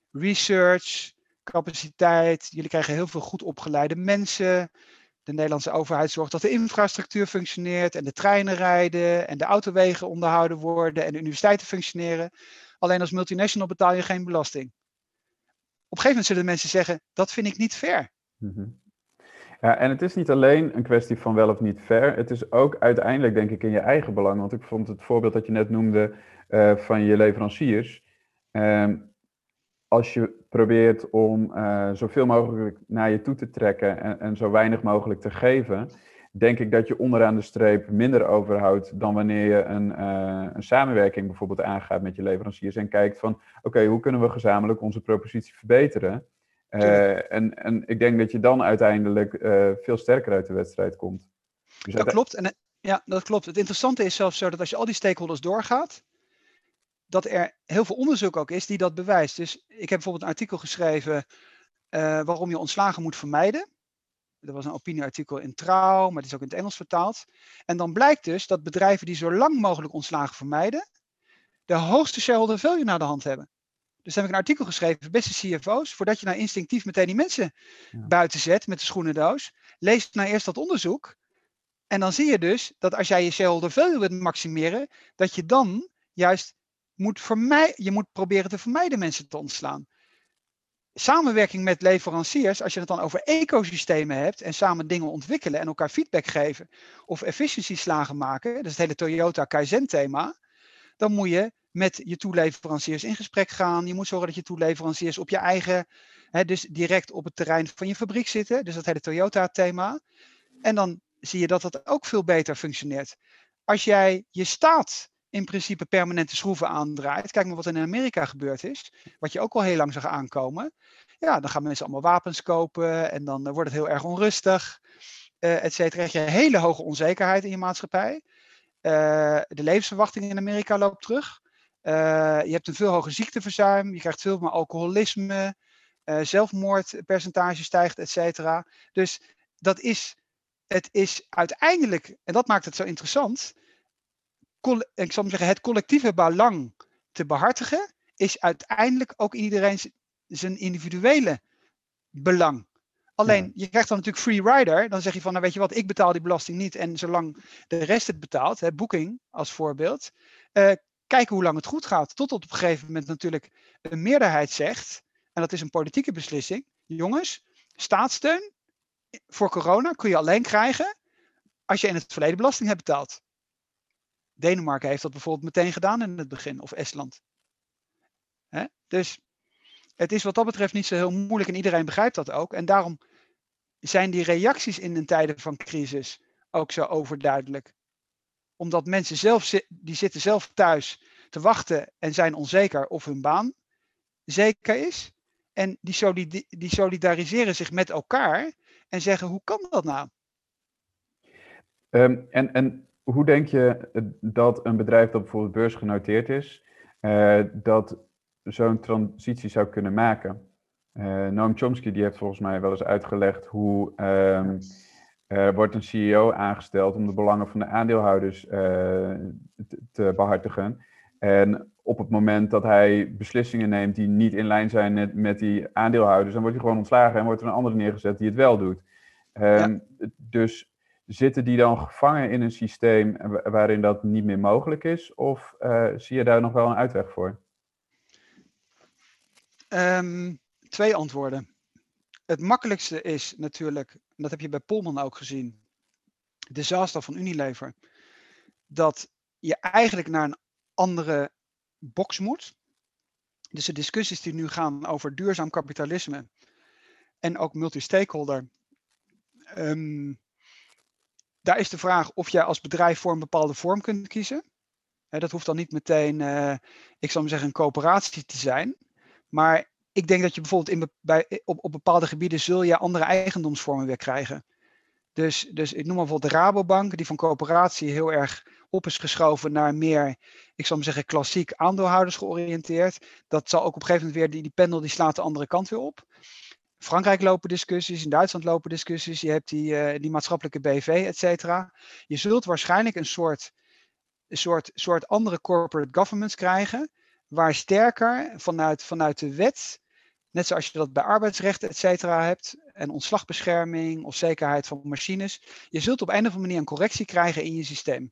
research, capaciteit. Jullie krijgen heel veel goed opgeleide mensen. De Nederlandse overheid zorgt dat de infrastructuur functioneert en de treinen rijden en de autowegen onderhouden worden en de universiteiten functioneren. Alleen als multinational betaal je geen belasting. Op een gegeven moment zullen de mensen zeggen, dat vind ik niet fair. Mm-hmm. Ja, en het is niet alleen een kwestie van wel of niet fair. Het is ook uiteindelijk, denk ik, in je eigen belang. Want ik vond het voorbeeld dat je net noemde uh, van je leveranciers. Uh, als je probeert om uh, zoveel mogelijk naar je toe te trekken en, en zo weinig mogelijk te geven, denk ik dat je onderaan de streep minder overhoudt dan wanneer je een, uh, een samenwerking bijvoorbeeld aangaat met je leveranciers en kijkt van, oké, okay, hoe kunnen we gezamenlijk onze propositie verbeteren? Uh, en, en ik denk dat je dan uiteindelijk uh, veel sterker uit de wedstrijd komt. Dus dat klopt. En, ja, dat klopt. Het interessante is zelfs zo dat als je al die stakeholders doorgaat, dat er heel veel onderzoek ook is die dat bewijst. Dus ik heb bijvoorbeeld een artikel geschreven uh, waarom je ontslagen moet vermijden. Dat was een opinieartikel in Trouw, maar het is ook in het Engels vertaald. En dan blijkt dus dat bedrijven die zo lang mogelijk ontslagen vermijden, de hoogste shareholder value naar de hand hebben. Dus dan heb ik een artikel geschreven, beste C F O's, voordat je nou instinctief meteen die mensen ja. buiten zet met de schoenendoos, lees nou eerst dat onderzoek. En dan zie je dus dat als jij je shareholder value wilt maximeren, dat je dan juist moet vermijden, je moet proberen te vermijden mensen te ontslaan. Samenwerking met leveranciers, als je het dan over ecosystemen hebt en samen dingen ontwikkelen en elkaar feedback geven of efficiëntieslagen maken, dat is het hele Toyota Kaizen thema, dan moet je met je toeleveranciers in gesprek gaan. Je moet zorgen dat je toeleveranciers op je eigen, hè, dus direct op het terrein van je fabriek zitten, dus dat hele Toyota thema. En dan zie je dat dat ook veel beter functioneert. Als jij je staat in principe permanente schroeven aandraait, kijk maar wat er in Amerika gebeurd is, wat je ook al heel lang zag aankomen, ja, dan gaan mensen allemaal wapens kopen en dan uh, wordt het heel erg onrustig, uh, et cetera. Krijg je een hele hoge onzekerheid in je maatschappij. Uh, de levensverwachting in Amerika loopt terug. Uh, je hebt een veel hoger ziekteverzuim. Je krijgt veel meer alcoholisme. Uh, zelfmoordpercentage stijgt, et cetera. Dus dat is, het is uiteindelijk, en dat maakt het zo interessant, col- ik zal maar zeggen, het collectieve belang te behartigen, is uiteindelijk ook iedereen zijn individuele belang. Alleen, ja. Je krijgt dan natuurlijk free rider. Dan zeg je van, nou weet je wat, ik betaal die belasting niet. En zolang de rest het betaalt, hè, Booking als voorbeeld, uh, kijken hoe lang het goed gaat. Tot op een gegeven moment natuurlijk een meerderheid zegt, en dat is een politieke beslissing, jongens, staatssteun voor corona kun je alleen krijgen als je in het verleden belasting hebt betaald. Denemarken heeft dat bijvoorbeeld meteen gedaan in het begin, of Estland. Hè? Dus het is wat dat betreft niet zo heel moeilijk en iedereen begrijpt dat ook. En daarom zijn die reacties in een tijden van crisis ook zo overduidelijk. Omdat mensen zelf, die zitten zelf thuis te wachten en zijn onzeker of hun baan zeker is. En die, solidi- die solidariseren zich met elkaar en zeggen, hoe kan dat nou? Um, en, en hoe denk je dat een bedrijf dat bijvoorbeeld beursgenoteerd is, uh, dat zo'n transitie zou kunnen maken? Uh, Noam Chomsky die heeft volgens mij wel eens uitgelegd hoe um, er wordt een C E O aangesteld om de belangen van de aandeelhouders uh, te, te behartigen. En op het moment dat hij beslissingen neemt die niet in lijn zijn met, met die aandeelhouders, dan wordt hij gewoon ontslagen en wordt er een andere neergezet die het wel doet. Um, ja. Dus zitten die dan gevangen in een systeem waarin dat niet meer mogelijk is? Of uh, zie je daar nog wel een uitweg voor? Um, twee antwoorden. Het makkelijkste is natuurlijk, en dat heb je bij Polman ook gezien, de zaadstof van Unilever, dat je eigenlijk naar een andere box moet. Dus de discussies die nu gaan over duurzaam kapitalisme en ook multi-stakeholder, um, daar is de vraag of jij als bedrijf voor een bepaalde vorm kunt kiezen. He, dat hoeft dan niet meteen, uh, ik zal maar zeggen, een coöperatie te zijn. Maar ik denk dat je bijvoorbeeld in, bij, op, op bepaalde gebieden zul je andere eigendomsvormen weer krijgen. Dus, dus ik noem maar bijvoorbeeld de Rabobank, die van coöperatie heel erg op is geschoven naar meer, ik zal maar zeggen, klassiek aandeelhouders georiënteerd. Dat zal ook op een gegeven moment weer, die, die pendel die slaat de andere kant weer op. In Frankrijk lopen discussies, in Duitsland lopen discussies, je hebt die, uh, die maatschappelijke B V, et cetera. Je zult waarschijnlijk een soort, een soort, soort andere corporate governments krijgen, waar sterker vanuit, vanuit de wet, net zoals je dat bij arbeidsrecht, et cetera hebt, en ontslagbescherming of zekerheid van machines, je zult op een of andere manier een correctie krijgen in je systeem.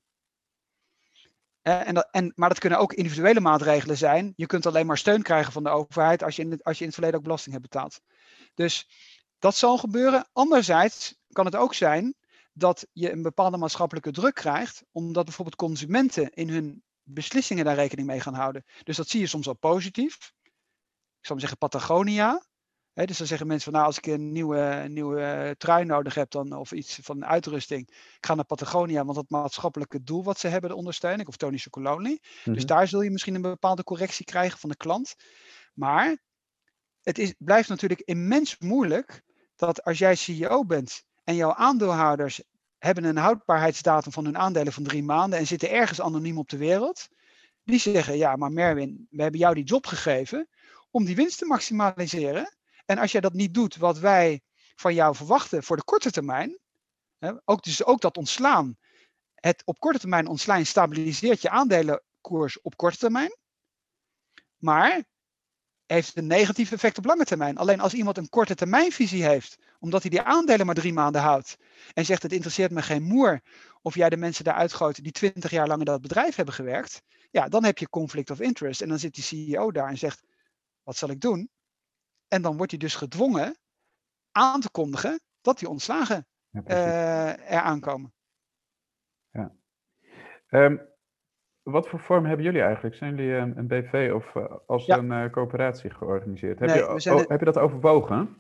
En dat, en, maar dat kunnen ook individuele maatregelen zijn. Je kunt alleen maar steun krijgen van de overheid als je in het, als je in het verleden ook belasting hebt betaald. Dus dat zal gebeuren. Anderzijds kan het ook zijn dat je een bepaalde maatschappelijke druk krijgt, omdat bijvoorbeeld consumenten in hun beslissingen daar rekening mee gaan houden. Dus dat zie je soms al positief. Ik zal maar zeggen Patagonia. He, dus dan zeggen mensen van, nou, als ik een nieuwe, nieuwe trui nodig heb dan, of iets van uitrusting, ik ga naar Patagonia, want dat maatschappelijke doel wat ze hebben, ondersteun ik, of Tony Chocolonely. Mm-hmm. Dus daar zul je misschien een bepaalde correctie krijgen van de klant. Maar het is, blijft natuurlijk immens moeilijk dat als jij C E O bent en jouw aandeelhouders hebben een houdbaarheidsdatum van hun aandelen van drie maanden en zitten ergens anoniem op de wereld, die zeggen, ja, maar Merwin, we hebben jou die job gegeven om die winst te maximaliseren. En als jij dat niet doet wat wij van jou verwachten voor de korte termijn, hè, ook, dus ook dat ontslaan, het op korte termijn ontslaan stabiliseert je aandelenkoers op korte termijn, maar heeft een negatief effect op lange termijn. Alleen als iemand een korte termijnvisie heeft, omdat hij die aandelen maar drie maanden houdt en zegt het interesseert me geen moer of jij de mensen daaruit gooit die twintig jaar lang in dat bedrijf hebben gewerkt, ja, dan heb je conflict of interest en dan zit die C E O daar en zegt, wat zal ik doen? En dan wordt hij dus gedwongen aan te kondigen dat die ontslagen ja, uh, eraan komen. Ja. Um, wat voor vorm hebben jullie eigenlijk? Zijn jullie een, een B V of uh, als ja. een uh, coöperatie georganiseerd? Heb, nee, je, oh, de... heb je dat overwogen?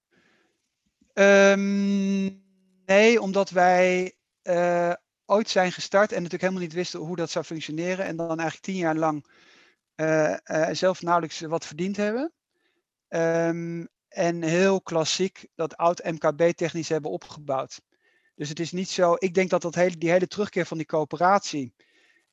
Um, nee, omdat wij uh, ooit zijn gestart en natuurlijk helemaal niet wisten hoe dat zou functioneren. En dan eigenlijk tien jaar lang uh, uh, zelf nauwelijks wat verdiend hebben. Um, en heel klassiek dat oud M K B-technisch hebben opgebouwd. Dus het is niet zo, ik denk dat, dat hele, die hele terugkeer van die coöperatie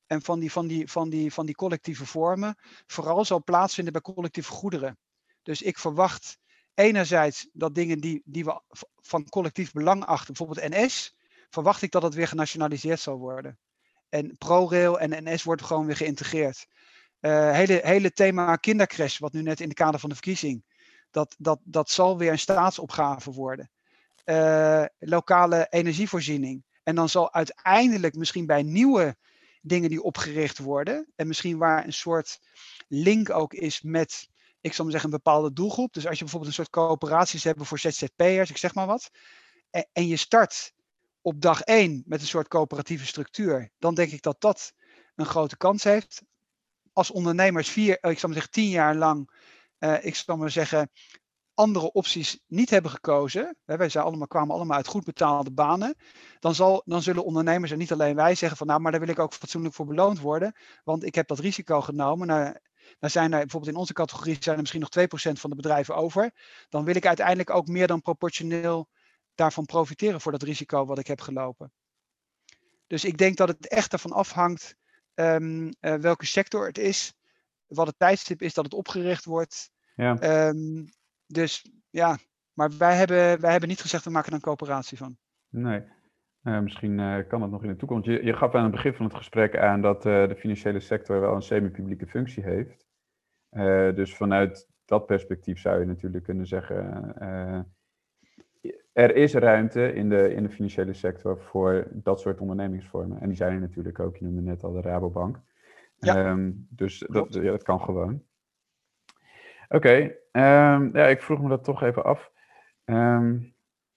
en van die, van die, van die, van die collectieve vormen vooral zal plaatsvinden bij collectieve goederen. Dus ik verwacht enerzijds dat dingen die, die we van collectief belang achten, bijvoorbeeld N S, verwacht ik dat het weer genationaliseerd zal worden. En ProRail en N S wordt gewoon weer geïntegreerd. Uh, hele, hele thema kindercrash, wat nu net in het kader van de verkiezing, dat, dat, dat zal weer een staatsopgave worden. Uh, lokale energievoorziening. En dan zal uiteindelijk misschien bij nieuwe dingen die opgericht worden, en misschien waar een soort link ook is met, ik zal maar zeggen, een bepaalde doelgroep. Dus als je bijvoorbeeld een soort coöperaties hebt voor Z Z P'ers, ik zeg maar wat, en, en je start op dag één met een soort coöperatieve structuur, dan denk ik dat dat een grote kans heeft. Als ondernemers vier, ik zal maar zeggen tien jaar lang, uh, ik zal maar zeggen, andere opties niet hebben gekozen, hè, wij zijn allemaal, kwamen allemaal uit goed betaalde banen, dan, zal, dan zullen ondernemers en niet alleen wij zeggen van nou, maar daar wil ik ook fatsoenlijk voor beloond worden, want ik heb dat risico genomen. Nou, dan zijn er bijvoorbeeld in onze categorie zijn er misschien nog twee procent van de bedrijven over. Dan wil ik uiteindelijk ook meer dan proportioneel daarvan profiteren voor dat risico wat ik heb gelopen. Dus ik denk dat het echt ervan afhangt um, uh, welke sector het is, wat het tijdstip is dat het opgericht wordt. Ja. Um, dus ja, maar wij hebben, wij hebben niet gezegd we maken er een coöperatie van. Nee, uh, misschien uh, kan dat nog in de toekomst. Je, je gaf aan het begin van het gesprek aan dat uh, de financiële sector wel een semi-publieke functie heeft. Uh, dus vanuit dat perspectief zou je natuurlijk kunnen zeggen, uh, er is ruimte in de, in de financiële sector voor dat soort ondernemingsvormen. En die zijn er natuurlijk ook, je noemde net al de Rabobank. Ja, um, dus dat, ja, dat kan gewoon. Oké, okay, um, ja, ik vroeg me dat toch even af. Um,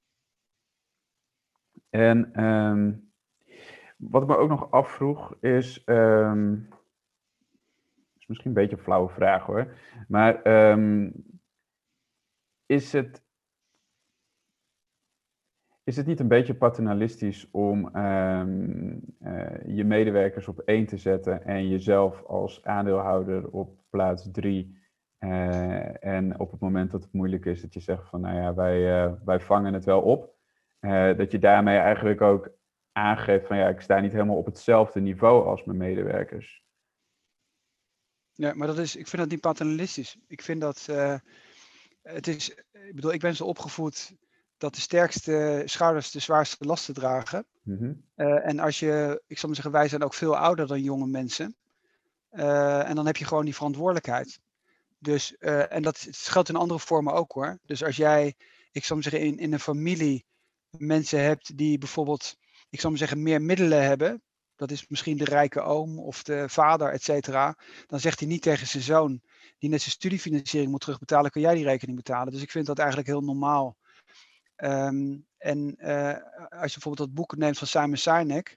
en um, wat ik me ook nog afvroeg is, um, is misschien een beetje een flauwe vraag hoor, maar um, is het Is het niet een beetje paternalistisch om um, uh, je medewerkers op één te zetten en jezelf als aandeelhouder op plaats drie? Uh, en op het moment dat het moeilijk is, dat je zegt van nou ja, wij, uh, wij vangen het wel op. Uh, dat je daarmee eigenlijk ook aangeeft van ja, ik sta niet helemaal op hetzelfde niveau als mijn medewerkers. Ja, maar dat is, ik vind dat niet paternalistisch. Ik vind dat, uh, het is, ik bedoel, ik ben zo opgevoed dat de sterkste schouders de zwaarste lasten dragen. Mm-hmm. Uh, en als je, ik zal maar zeggen, wij zijn ook veel ouder dan jonge mensen. Uh, en dan heb je gewoon die verantwoordelijkheid. Dus, uh, en dat geldt in andere vormen ook hoor. Dus als jij, ik zal maar zeggen, in, in een familie mensen hebt die bijvoorbeeld, ik zal maar zeggen, meer middelen hebben. Dat is misschien de rijke oom of de vader, et cetera. Dan zegt hij niet tegen zijn zoon, die net zijn studiefinanciering moet terugbetalen, kun jij die rekening betalen. Dus ik vind dat eigenlijk heel normaal. Um, en uh, als je bijvoorbeeld dat boek neemt van Simon Sinek,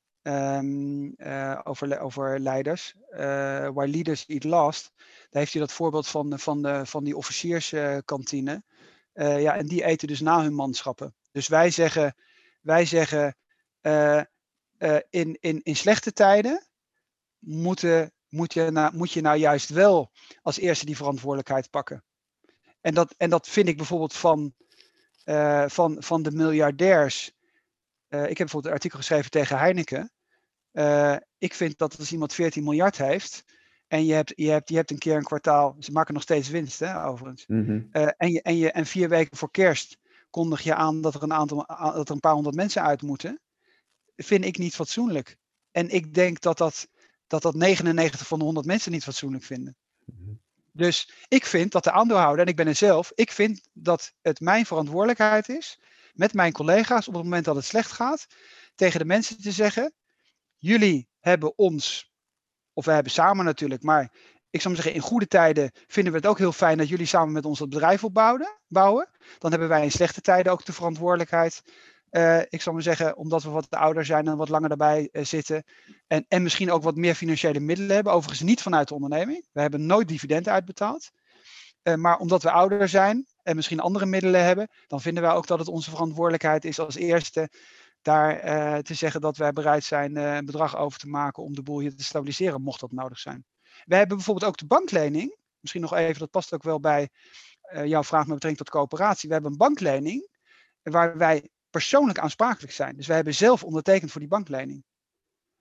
um, uh, over, over leiders, uh, Why Leaders Eat Last, daar heeft hij dat voorbeeld van, van, de, van die officierskantine. Uh, ja, en die eten dus na hun manschappen. Dus wij zeggen, wij zeggen uh, uh, in, in, in slechte tijden moeten, moet, je nou, moet je nou juist wel als eerste die verantwoordelijkheid pakken. En dat, en dat vind ik bijvoorbeeld van... Uh, van, van de miljardairs. Uh, ik heb bijvoorbeeld een artikel geschreven tegen Heineken. Uh, ik vind dat als iemand veertien miljard heeft. En je hebt, je, hebt, je hebt een keer een kwartaal. Ze maken nog steeds winst, hè, overigens. Mm-hmm. Uh, en, je, en, je, en vier weken voor kerst kondig je aan dat er een, aantal, dat er een paar honderd mensen uit moeten. Vind ik niet fatsoenlijk. En ik denk dat dat, dat, dat negenennegentig van de honderd mensen niet fatsoenlijk vinden. Mm-hmm. Dus ik vind dat de aandeelhouder, en ik ben er zelf, ik vind dat het mijn verantwoordelijkheid is, met mijn collega's op het moment dat het slecht gaat, tegen de mensen te zeggen, jullie hebben ons, of wij hebben samen natuurlijk, maar ik zou maar zeggen, in goede tijden vinden we het ook heel fijn dat jullie samen met ons het bedrijf opbouwen. Bouwen. Dan hebben wij in slechte tijden ook de verantwoordelijkheid. Uh, ik zal maar zeggen, omdat we wat ouder zijn en wat langer daarbij uh, zitten. En, en misschien ook wat meer financiële middelen hebben. Overigens niet vanuit de onderneming. We hebben nooit dividenden uitbetaald. Uh, maar omdat we ouder zijn en misschien andere middelen hebben, dan vinden wij ook dat het onze verantwoordelijkheid is als eerste daar uh, te zeggen dat wij bereid zijn uh, een bedrag over te maken om de boel hier te stabiliseren, mocht dat nodig zijn. We hebben bijvoorbeeld ook de banklening. Misschien nog even, dat past ook wel bij uh, jouw vraag met betrekking tot coöperatie. We hebben een banklening waar wij persoonlijk aansprakelijk zijn. Dus wij hebben zelf ondertekend voor die banklening.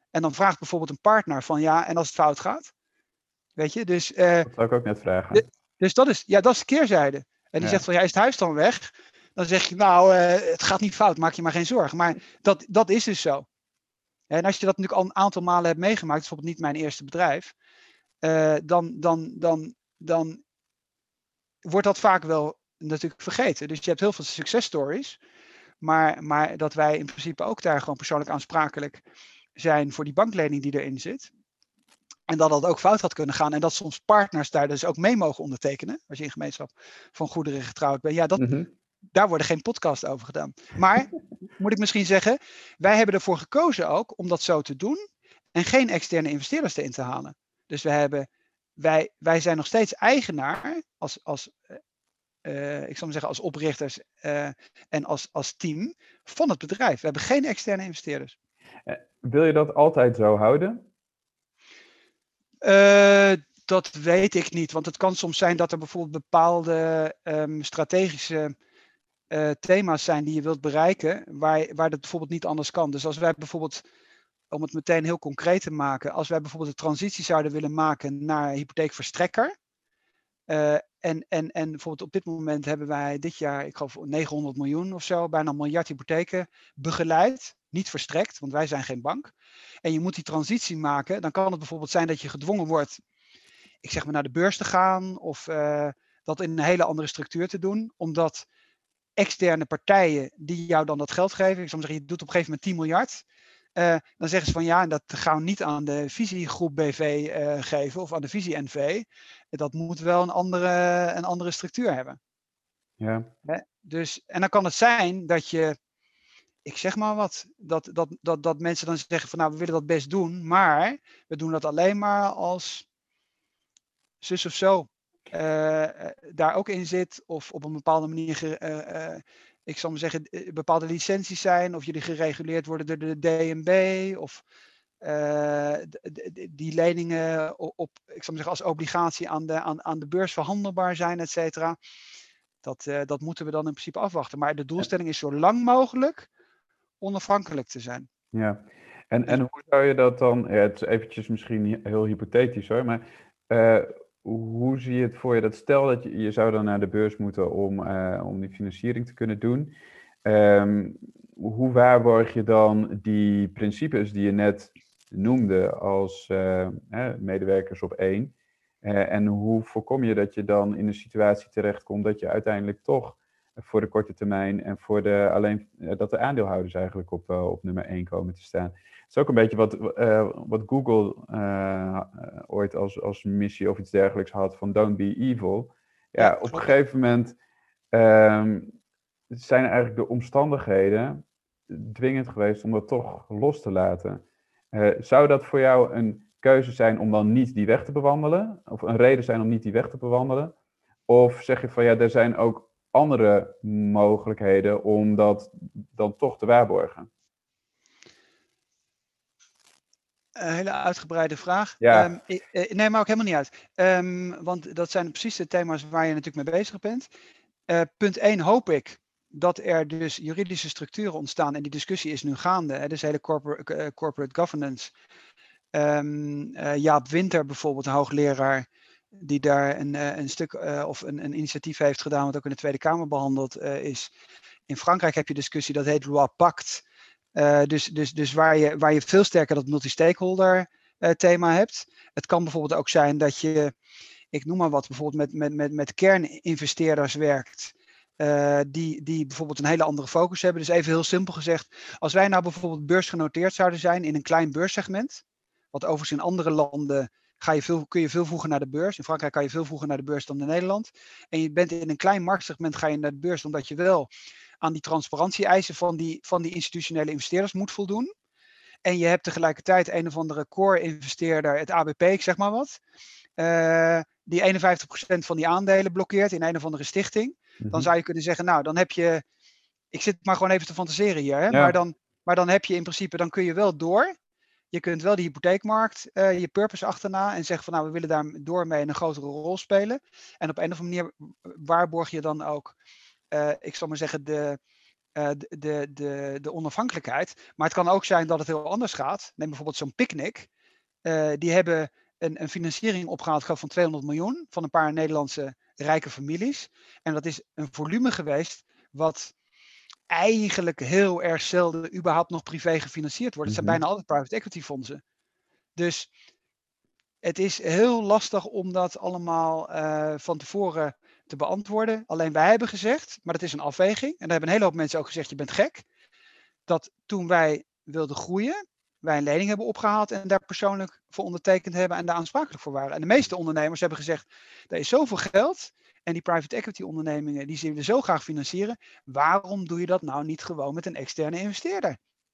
En dan vraagt bijvoorbeeld een partner van ja, en als het fout gaat? Weet je, dus... Uh, dat zou ik ook net vragen. De, dus dat is, ja, dat is de keerzijde. En die ja. zegt van ja, is het huis dan weg? Dan zeg je nou, uh, het gaat niet fout, maak je maar geen zorgen. Maar dat, dat is dus zo. En als je dat natuurlijk al een aantal malen hebt meegemaakt, bijvoorbeeld niet mijn eerste bedrijf, uh, dan, dan, dan, dan wordt dat vaak wel natuurlijk vergeten. Dus je hebt heel veel successtories, maar, maar dat wij in principe ook daar gewoon persoonlijk aansprakelijk zijn voor die banklening die erin zit. En dat dat ook fout had kunnen gaan. En dat soms partners daar dus ook mee mogen ondertekenen. Als je in gemeenschap van goederen getrouwd bent. Ja, dat, mm-hmm. daar worden geen podcasts over gedaan. Maar, moet ik misschien zeggen, wij hebben ervoor gekozen ook om dat zo te doen. En geen externe investeerders erin te halen. Dus we hebben, wij, wij zijn nog steeds eigenaar als, als, uh, ik zal maar zeggen, als oprichters uh, en als, als team van het bedrijf. We hebben geen externe investeerders. Uh, wil je dat altijd zo houden? Uh, dat weet ik niet, want het kan soms zijn dat er bijvoorbeeld bepaalde um, strategische uh, thema's zijn die je wilt bereiken, waar, waar dat bijvoorbeeld niet anders kan. Dus als wij bijvoorbeeld, om het meteen heel concreet te maken, als wij bijvoorbeeld de transitie zouden willen maken naar hypotheekverstrekker, uh, en, en, en bijvoorbeeld op dit moment hebben wij dit jaar, ik geloof negenhonderd miljoen of zo, bijna een miljard hypotheken begeleid, niet verstrekt, want wij zijn geen bank. En je moet die transitie maken, dan kan het bijvoorbeeld zijn dat je gedwongen wordt, ik zeg maar naar de beurs te gaan of uh, dat in een hele andere structuur te doen, omdat externe partijen die jou dan dat geld geven, ik zou zeggen, je doet op een gegeven moment tien miljard, uh, dan zeggen ze van ja, dat gaan we niet aan de visiegroep B V uh, geven of aan de visie N V, dat moet wel een andere, een andere structuur hebben. Ja. Hè? Dus, en dan kan het zijn dat je, ik zeg maar wat, dat, dat, dat, dat mensen dan zeggen van nou, we willen dat best doen, maar we doen dat alleen maar als zus of zo uh, daar ook in zit, of op een bepaalde manier, ge, uh, uh, ik zal maar zeggen, bepaalde licenties zijn, of jullie gereguleerd worden door de D N B, of uh, die leningen op, ik zal maar zeggen, als obligatie aan de, aan, aan de beurs verhandelbaar zijn, et cetera. Dat, uh, dat moeten we dan in principe afwachten. Maar de doelstelling is zo lang mogelijk onafhankelijk te zijn. Ja, en, en hoe zou je dat dan, ja, het is eventjes misschien heel hypothetisch hoor, maar uh, hoe zie je het voor je? Dat stel dat je, je zou dan naar de beurs moeten om, uh, om die financiering te kunnen doen. Um, hoe waarborg je dan die principes die je net noemde als uh, eh, medewerkers op één? Uh, en hoe voorkom je dat je dan in een situatie terechtkomt dat je uiteindelijk toch voor de korte termijn en voor de alleen dat de aandeelhouders eigenlijk op, uh, op nummer één komen te staan. Het is ook een beetje wat, uh, wat Google uh, ooit als, als missie of iets dergelijks had van don't be evil. Ja, ja op een gegeven moment um, zijn eigenlijk de omstandigheden dwingend geweest om dat toch los te laten. Uh, zou dat voor jou een keuze zijn om dan niet die weg te bewandelen? Of een reden zijn om niet die weg te bewandelen? Of zeg je van ja, er zijn ook andere mogelijkheden om dat dan toch te waarborgen? Een hele uitgebreide vraag. Ja. Um, ik, nee, maar ook helemaal niet uit. Um, want dat zijn precies de thema's waar je natuurlijk mee bezig bent. Uh, punt één hoop ik dat er dus juridische structuren ontstaan. En die discussie is nu gaande. Hè, dus hele corporate, uh, corporate governance. Um, uh, Jaap Winter bijvoorbeeld, een hoogleraar, die daar een, een stuk uh, of een, een initiatief heeft gedaan, wat ook in de Tweede Kamer behandeld uh, is. In Frankrijk heb je discussie, dat heet Loi Pacte. Uh, dus dus, dus waar, je, waar je veel sterker dat multi-stakeholder uh, thema hebt. Het kan bijvoorbeeld ook zijn dat je, ik noem maar wat, bijvoorbeeld met, met, met, met kerninvesteerders werkt. Uh, die, die bijvoorbeeld een hele andere focus hebben. Dus even heel simpel gezegd, als wij nou bijvoorbeeld beursgenoteerd zouden zijn in een klein beurssegment, wat overigens in andere landen Ga je veel, kun je veel vroeger naar de beurs. In Frankrijk kan je veel vroeger naar de beurs dan in Nederland. En je bent in een klein marktsegment ga je naar de beurs, omdat je wel aan die transparantie-eisen van die, van die institutionele investeerders moet voldoen. En je hebt tegelijkertijd een of andere core-investeerder, het A B P, ik zeg maar wat, uh, die eenenvijftig procent van die aandelen blokkeert in een of andere stichting. Mm-hmm. Dan zou je kunnen zeggen, nou, dan heb je, ik zit maar gewoon even te fantaseren hier, hè? Ja. Maar, dan, maar dan heb je in principe, dan kun je wel door. Je kunt wel de hypotheekmarkt, uh, je purpose achterna en zeggen van nou, we willen daar door mee een grotere rol spelen. En op een of andere manier waarborg je dan ook, uh, ik zal maar zeggen, de, uh, de, de, de, de onafhankelijkheid. Maar het kan ook zijn dat het heel anders gaat. Neem bijvoorbeeld zo'n Picnic. Uh, die hebben een, een financiering opgehaald van tweehonderd miljoen van een paar Nederlandse rijke families. En dat is een volume geweest wat eigenlijk heel erg zelden überhaupt nog privé gefinancierd wordt. Het zijn Mm-hmm. bijna altijd private equity fondsen. Dus het is heel lastig om dat allemaal uh, van tevoren te beantwoorden. Alleen wij hebben gezegd, maar dat is een afweging. En daar hebben een hele hoop mensen ook gezegd, je bent gek. Dat toen wij wilden groeien, wij een lening hebben opgehaald en daar persoonlijk voor ondertekend hebben en daar aansprakelijk voor waren. En de meeste ondernemers hebben gezegd, er is zoveel geld en die private equity ondernemingen, die zien we zo graag financieren. Waarom doe je dat nou niet gewoon met een externe investeerder?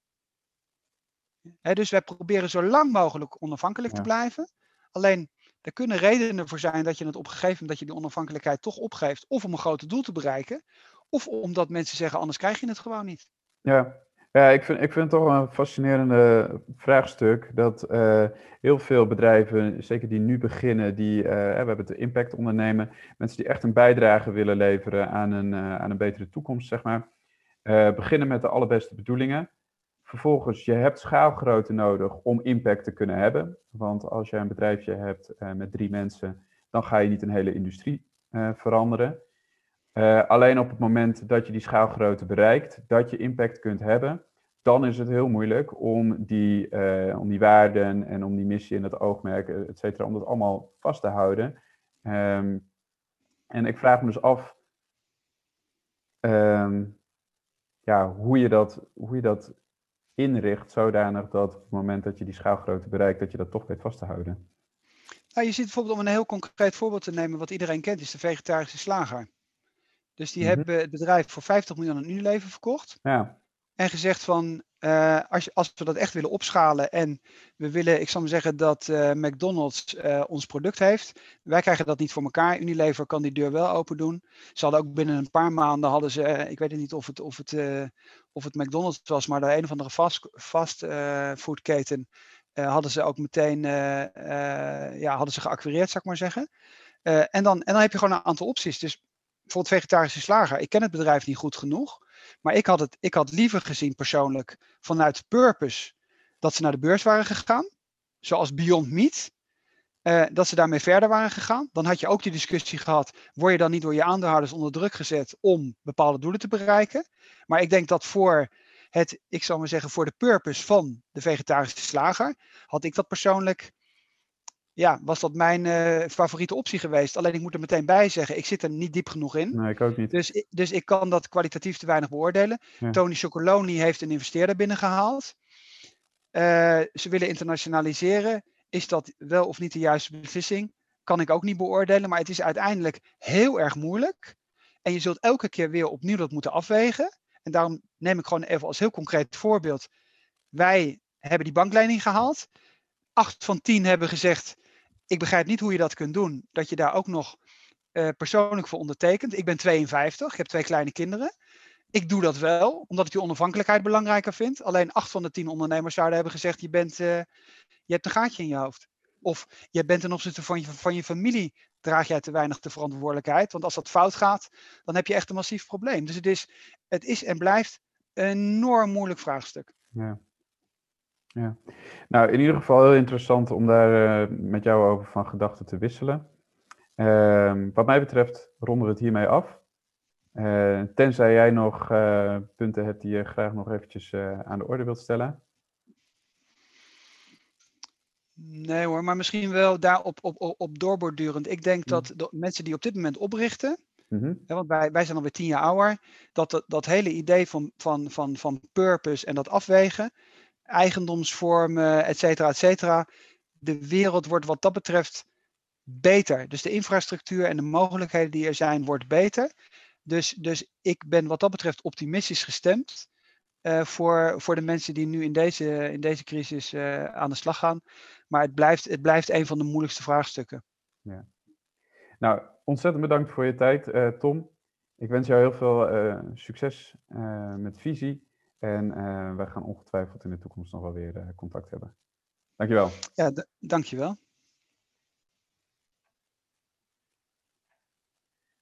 He, dus wij proberen zo lang mogelijk onafhankelijk ja. te blijven. Alleen, er kunnen redenen voor zijn dat je het op een gegeven moment dat je die onafhankelijkheid toch opgeeft. Of om een groot doel te bereiken. Of omdat mensen zeggen, anders krijg je het gewoon niet. Ja, ja ik, vind, ik vind het toch een fascinerende vraagstuk. Dat uh, heel veel bedrijven, zeker die nu beginnen, die, uh, we hebben het de impact ondernemen. Mensen die echt een bijdrage willen leveren aan een, uh, aan een betere toekomst, zeg maar. Uh, beginnen met de allerbeste bedoelingen. Vervolgens, je hebt schaalgrootte nodig om impact te kunnen hebben. Want als je een bedrijfje hebt uh, met drie mensen, dan ga je niet een hele industrie uh, veranderen. Uh, alleen op het moment dat je die schaalgrootte bereikt, dat je impact kunt hebben, dan is het heel moeilijk om die, uh, om die waarden en om die missie en het oogmerk, et cetera, om dat allemaal vast te houden. Um, en ik vraag me dus af um, ja, hoe je dat, hoe je dat inricht zodanig dat op het moment dat je die schaalgrootte bereikt, dat je dat toch weet vast te houden. Nou, je ziet bijvoorbeeld, om een heel concreet voorbeeld te nemen, wat iedereen kent, is de vegetarische slager. Dus die mm-hmm. hebben het bedrijf voor vijftig miljoen aan Unilever verkocht. Ja. En gezegd van, uh, als, je, als we dat echt willen opschalen en we willen, ik zal maar zeggen, dat uh, McDonald's uh, ons product heeft. Wij krijgen dat niet voor elkaar. Unilever kan die deur wel open doen. Ze hadden ook binnen een paar maanden, hadden ze, uh, ik weet niet of het, of het, uh, of het McDonald's was, maar de een of andere fast, fast uh, foodketen uh, hadden ze ook meteen, uh, uh, ja, hadden ze geacquireerd, zou ik maar zeggen. Uh, en, dan, en dan heb je gewoon een aantal opties. Dus bijvoorbeeld vegetarische slager. Ik ken het bedrijf niet goed genoeg. Maar ik had, het, ik had liever gezien persoonlijk vanuit purpose dat ze naar de beurs waren gegaan. Zoals Beyond Meat. Uh, dat ze daarmee verder waren gegaan. Dan had je ook die discussie gehad. Word je dan niet door je aandeelhouders onder druk gezet om bepaalde doelen te bereiken? Maar ik denk dat voor het, ik zal maar zeggen, voor de purpose van de vegetarische slager, had ik dat persoonlijk, ja, was dat mijn uh, favoriete optie geweest. Alleen ik moet er meteen bij zeggen, ik zit er niet diep genoeg in. Nee, ik ook niet. Dus, dus ik kan dat kwalitatief te weinig beoordelen. Ja. Tony Chocoloni heeft een investeerder binnengehaald. Uh, ze willen internationaliseren. Is dat wel of niet de juiste beslissing? Kan ik ook niet beoordelen. Maar het is uiteindelijk heel erg moeilijk. En je zult elke keer weer opnieuw dat moeten afwegen. En daarom neem ik gewoon even als heel concreet voorbeeld. Wij hebben die banklening gehaald. Acht van tien hebben gezegd, ik begrijp niet hoe je dat kunt doen. Dat je daar ook nog uh, persoonlijk voor ondertekent. Ik ben tweeënvijftig, ik heb twee kleine kinderen. Ik doe dat wel, omdat ik die onafhankelijkheid belangrijker vind. Alleen acht van de tien ondernemers zouden hebben gezegd, je, bent, uh, je hebt een gaatje in je hoofd. Of je bent ten opzichte van je, van je familie, draag jij te weinig de verantwoordelijkheid. Want als dat fout gaat, dan heb je echt een massief probleem. Dus het is, het is en blijft een enorm moeilijk vraagstuk. Ja. Ja, nou in ieder geval heel interessant om daar uh, met jou over van gedachten te wisselen. Uh, wat mij betreft ronden we het hiermee af. Uh, tenzij jij nog uh, punten hebt die je graag nog eventjes uh, aan de orde wilt stellen. Nee hoor, maar misschien wel daarop op, op, op doorbordurend. Ik denk mm. dat de mensen die op dit moment oprichten, mm-hmm. hè, want wij, wij zijn alweer tien jaar ouder, dat dat, dat hele idee van, van, van, van purpose en dat afwegen, eigendomsvormen, et cetera, et cetera. De wereld wordt wat dat betreft beter. Dus de infrastructuur en de mogelijkheden die er zijn, wordt beter. Dus, dus ik ben wat dat betreft optimistisch gestemd uh, voor, voor de mensen die nu in deze, in deze crisis uh, aan de slag gaan. Maar het blijft, het blijft een van de moeilijkste vraagstukken. Ja. Nou, ontzettend bedankt voor je tijd, uh, Tom. Ik wens jou heel veel uh, succes uh, met Visie. En uh, wij gaan ongetwijfeld in de toekomst nog wel weer uh, contact hebben. Dankjewel. Ja, d- dankjewel.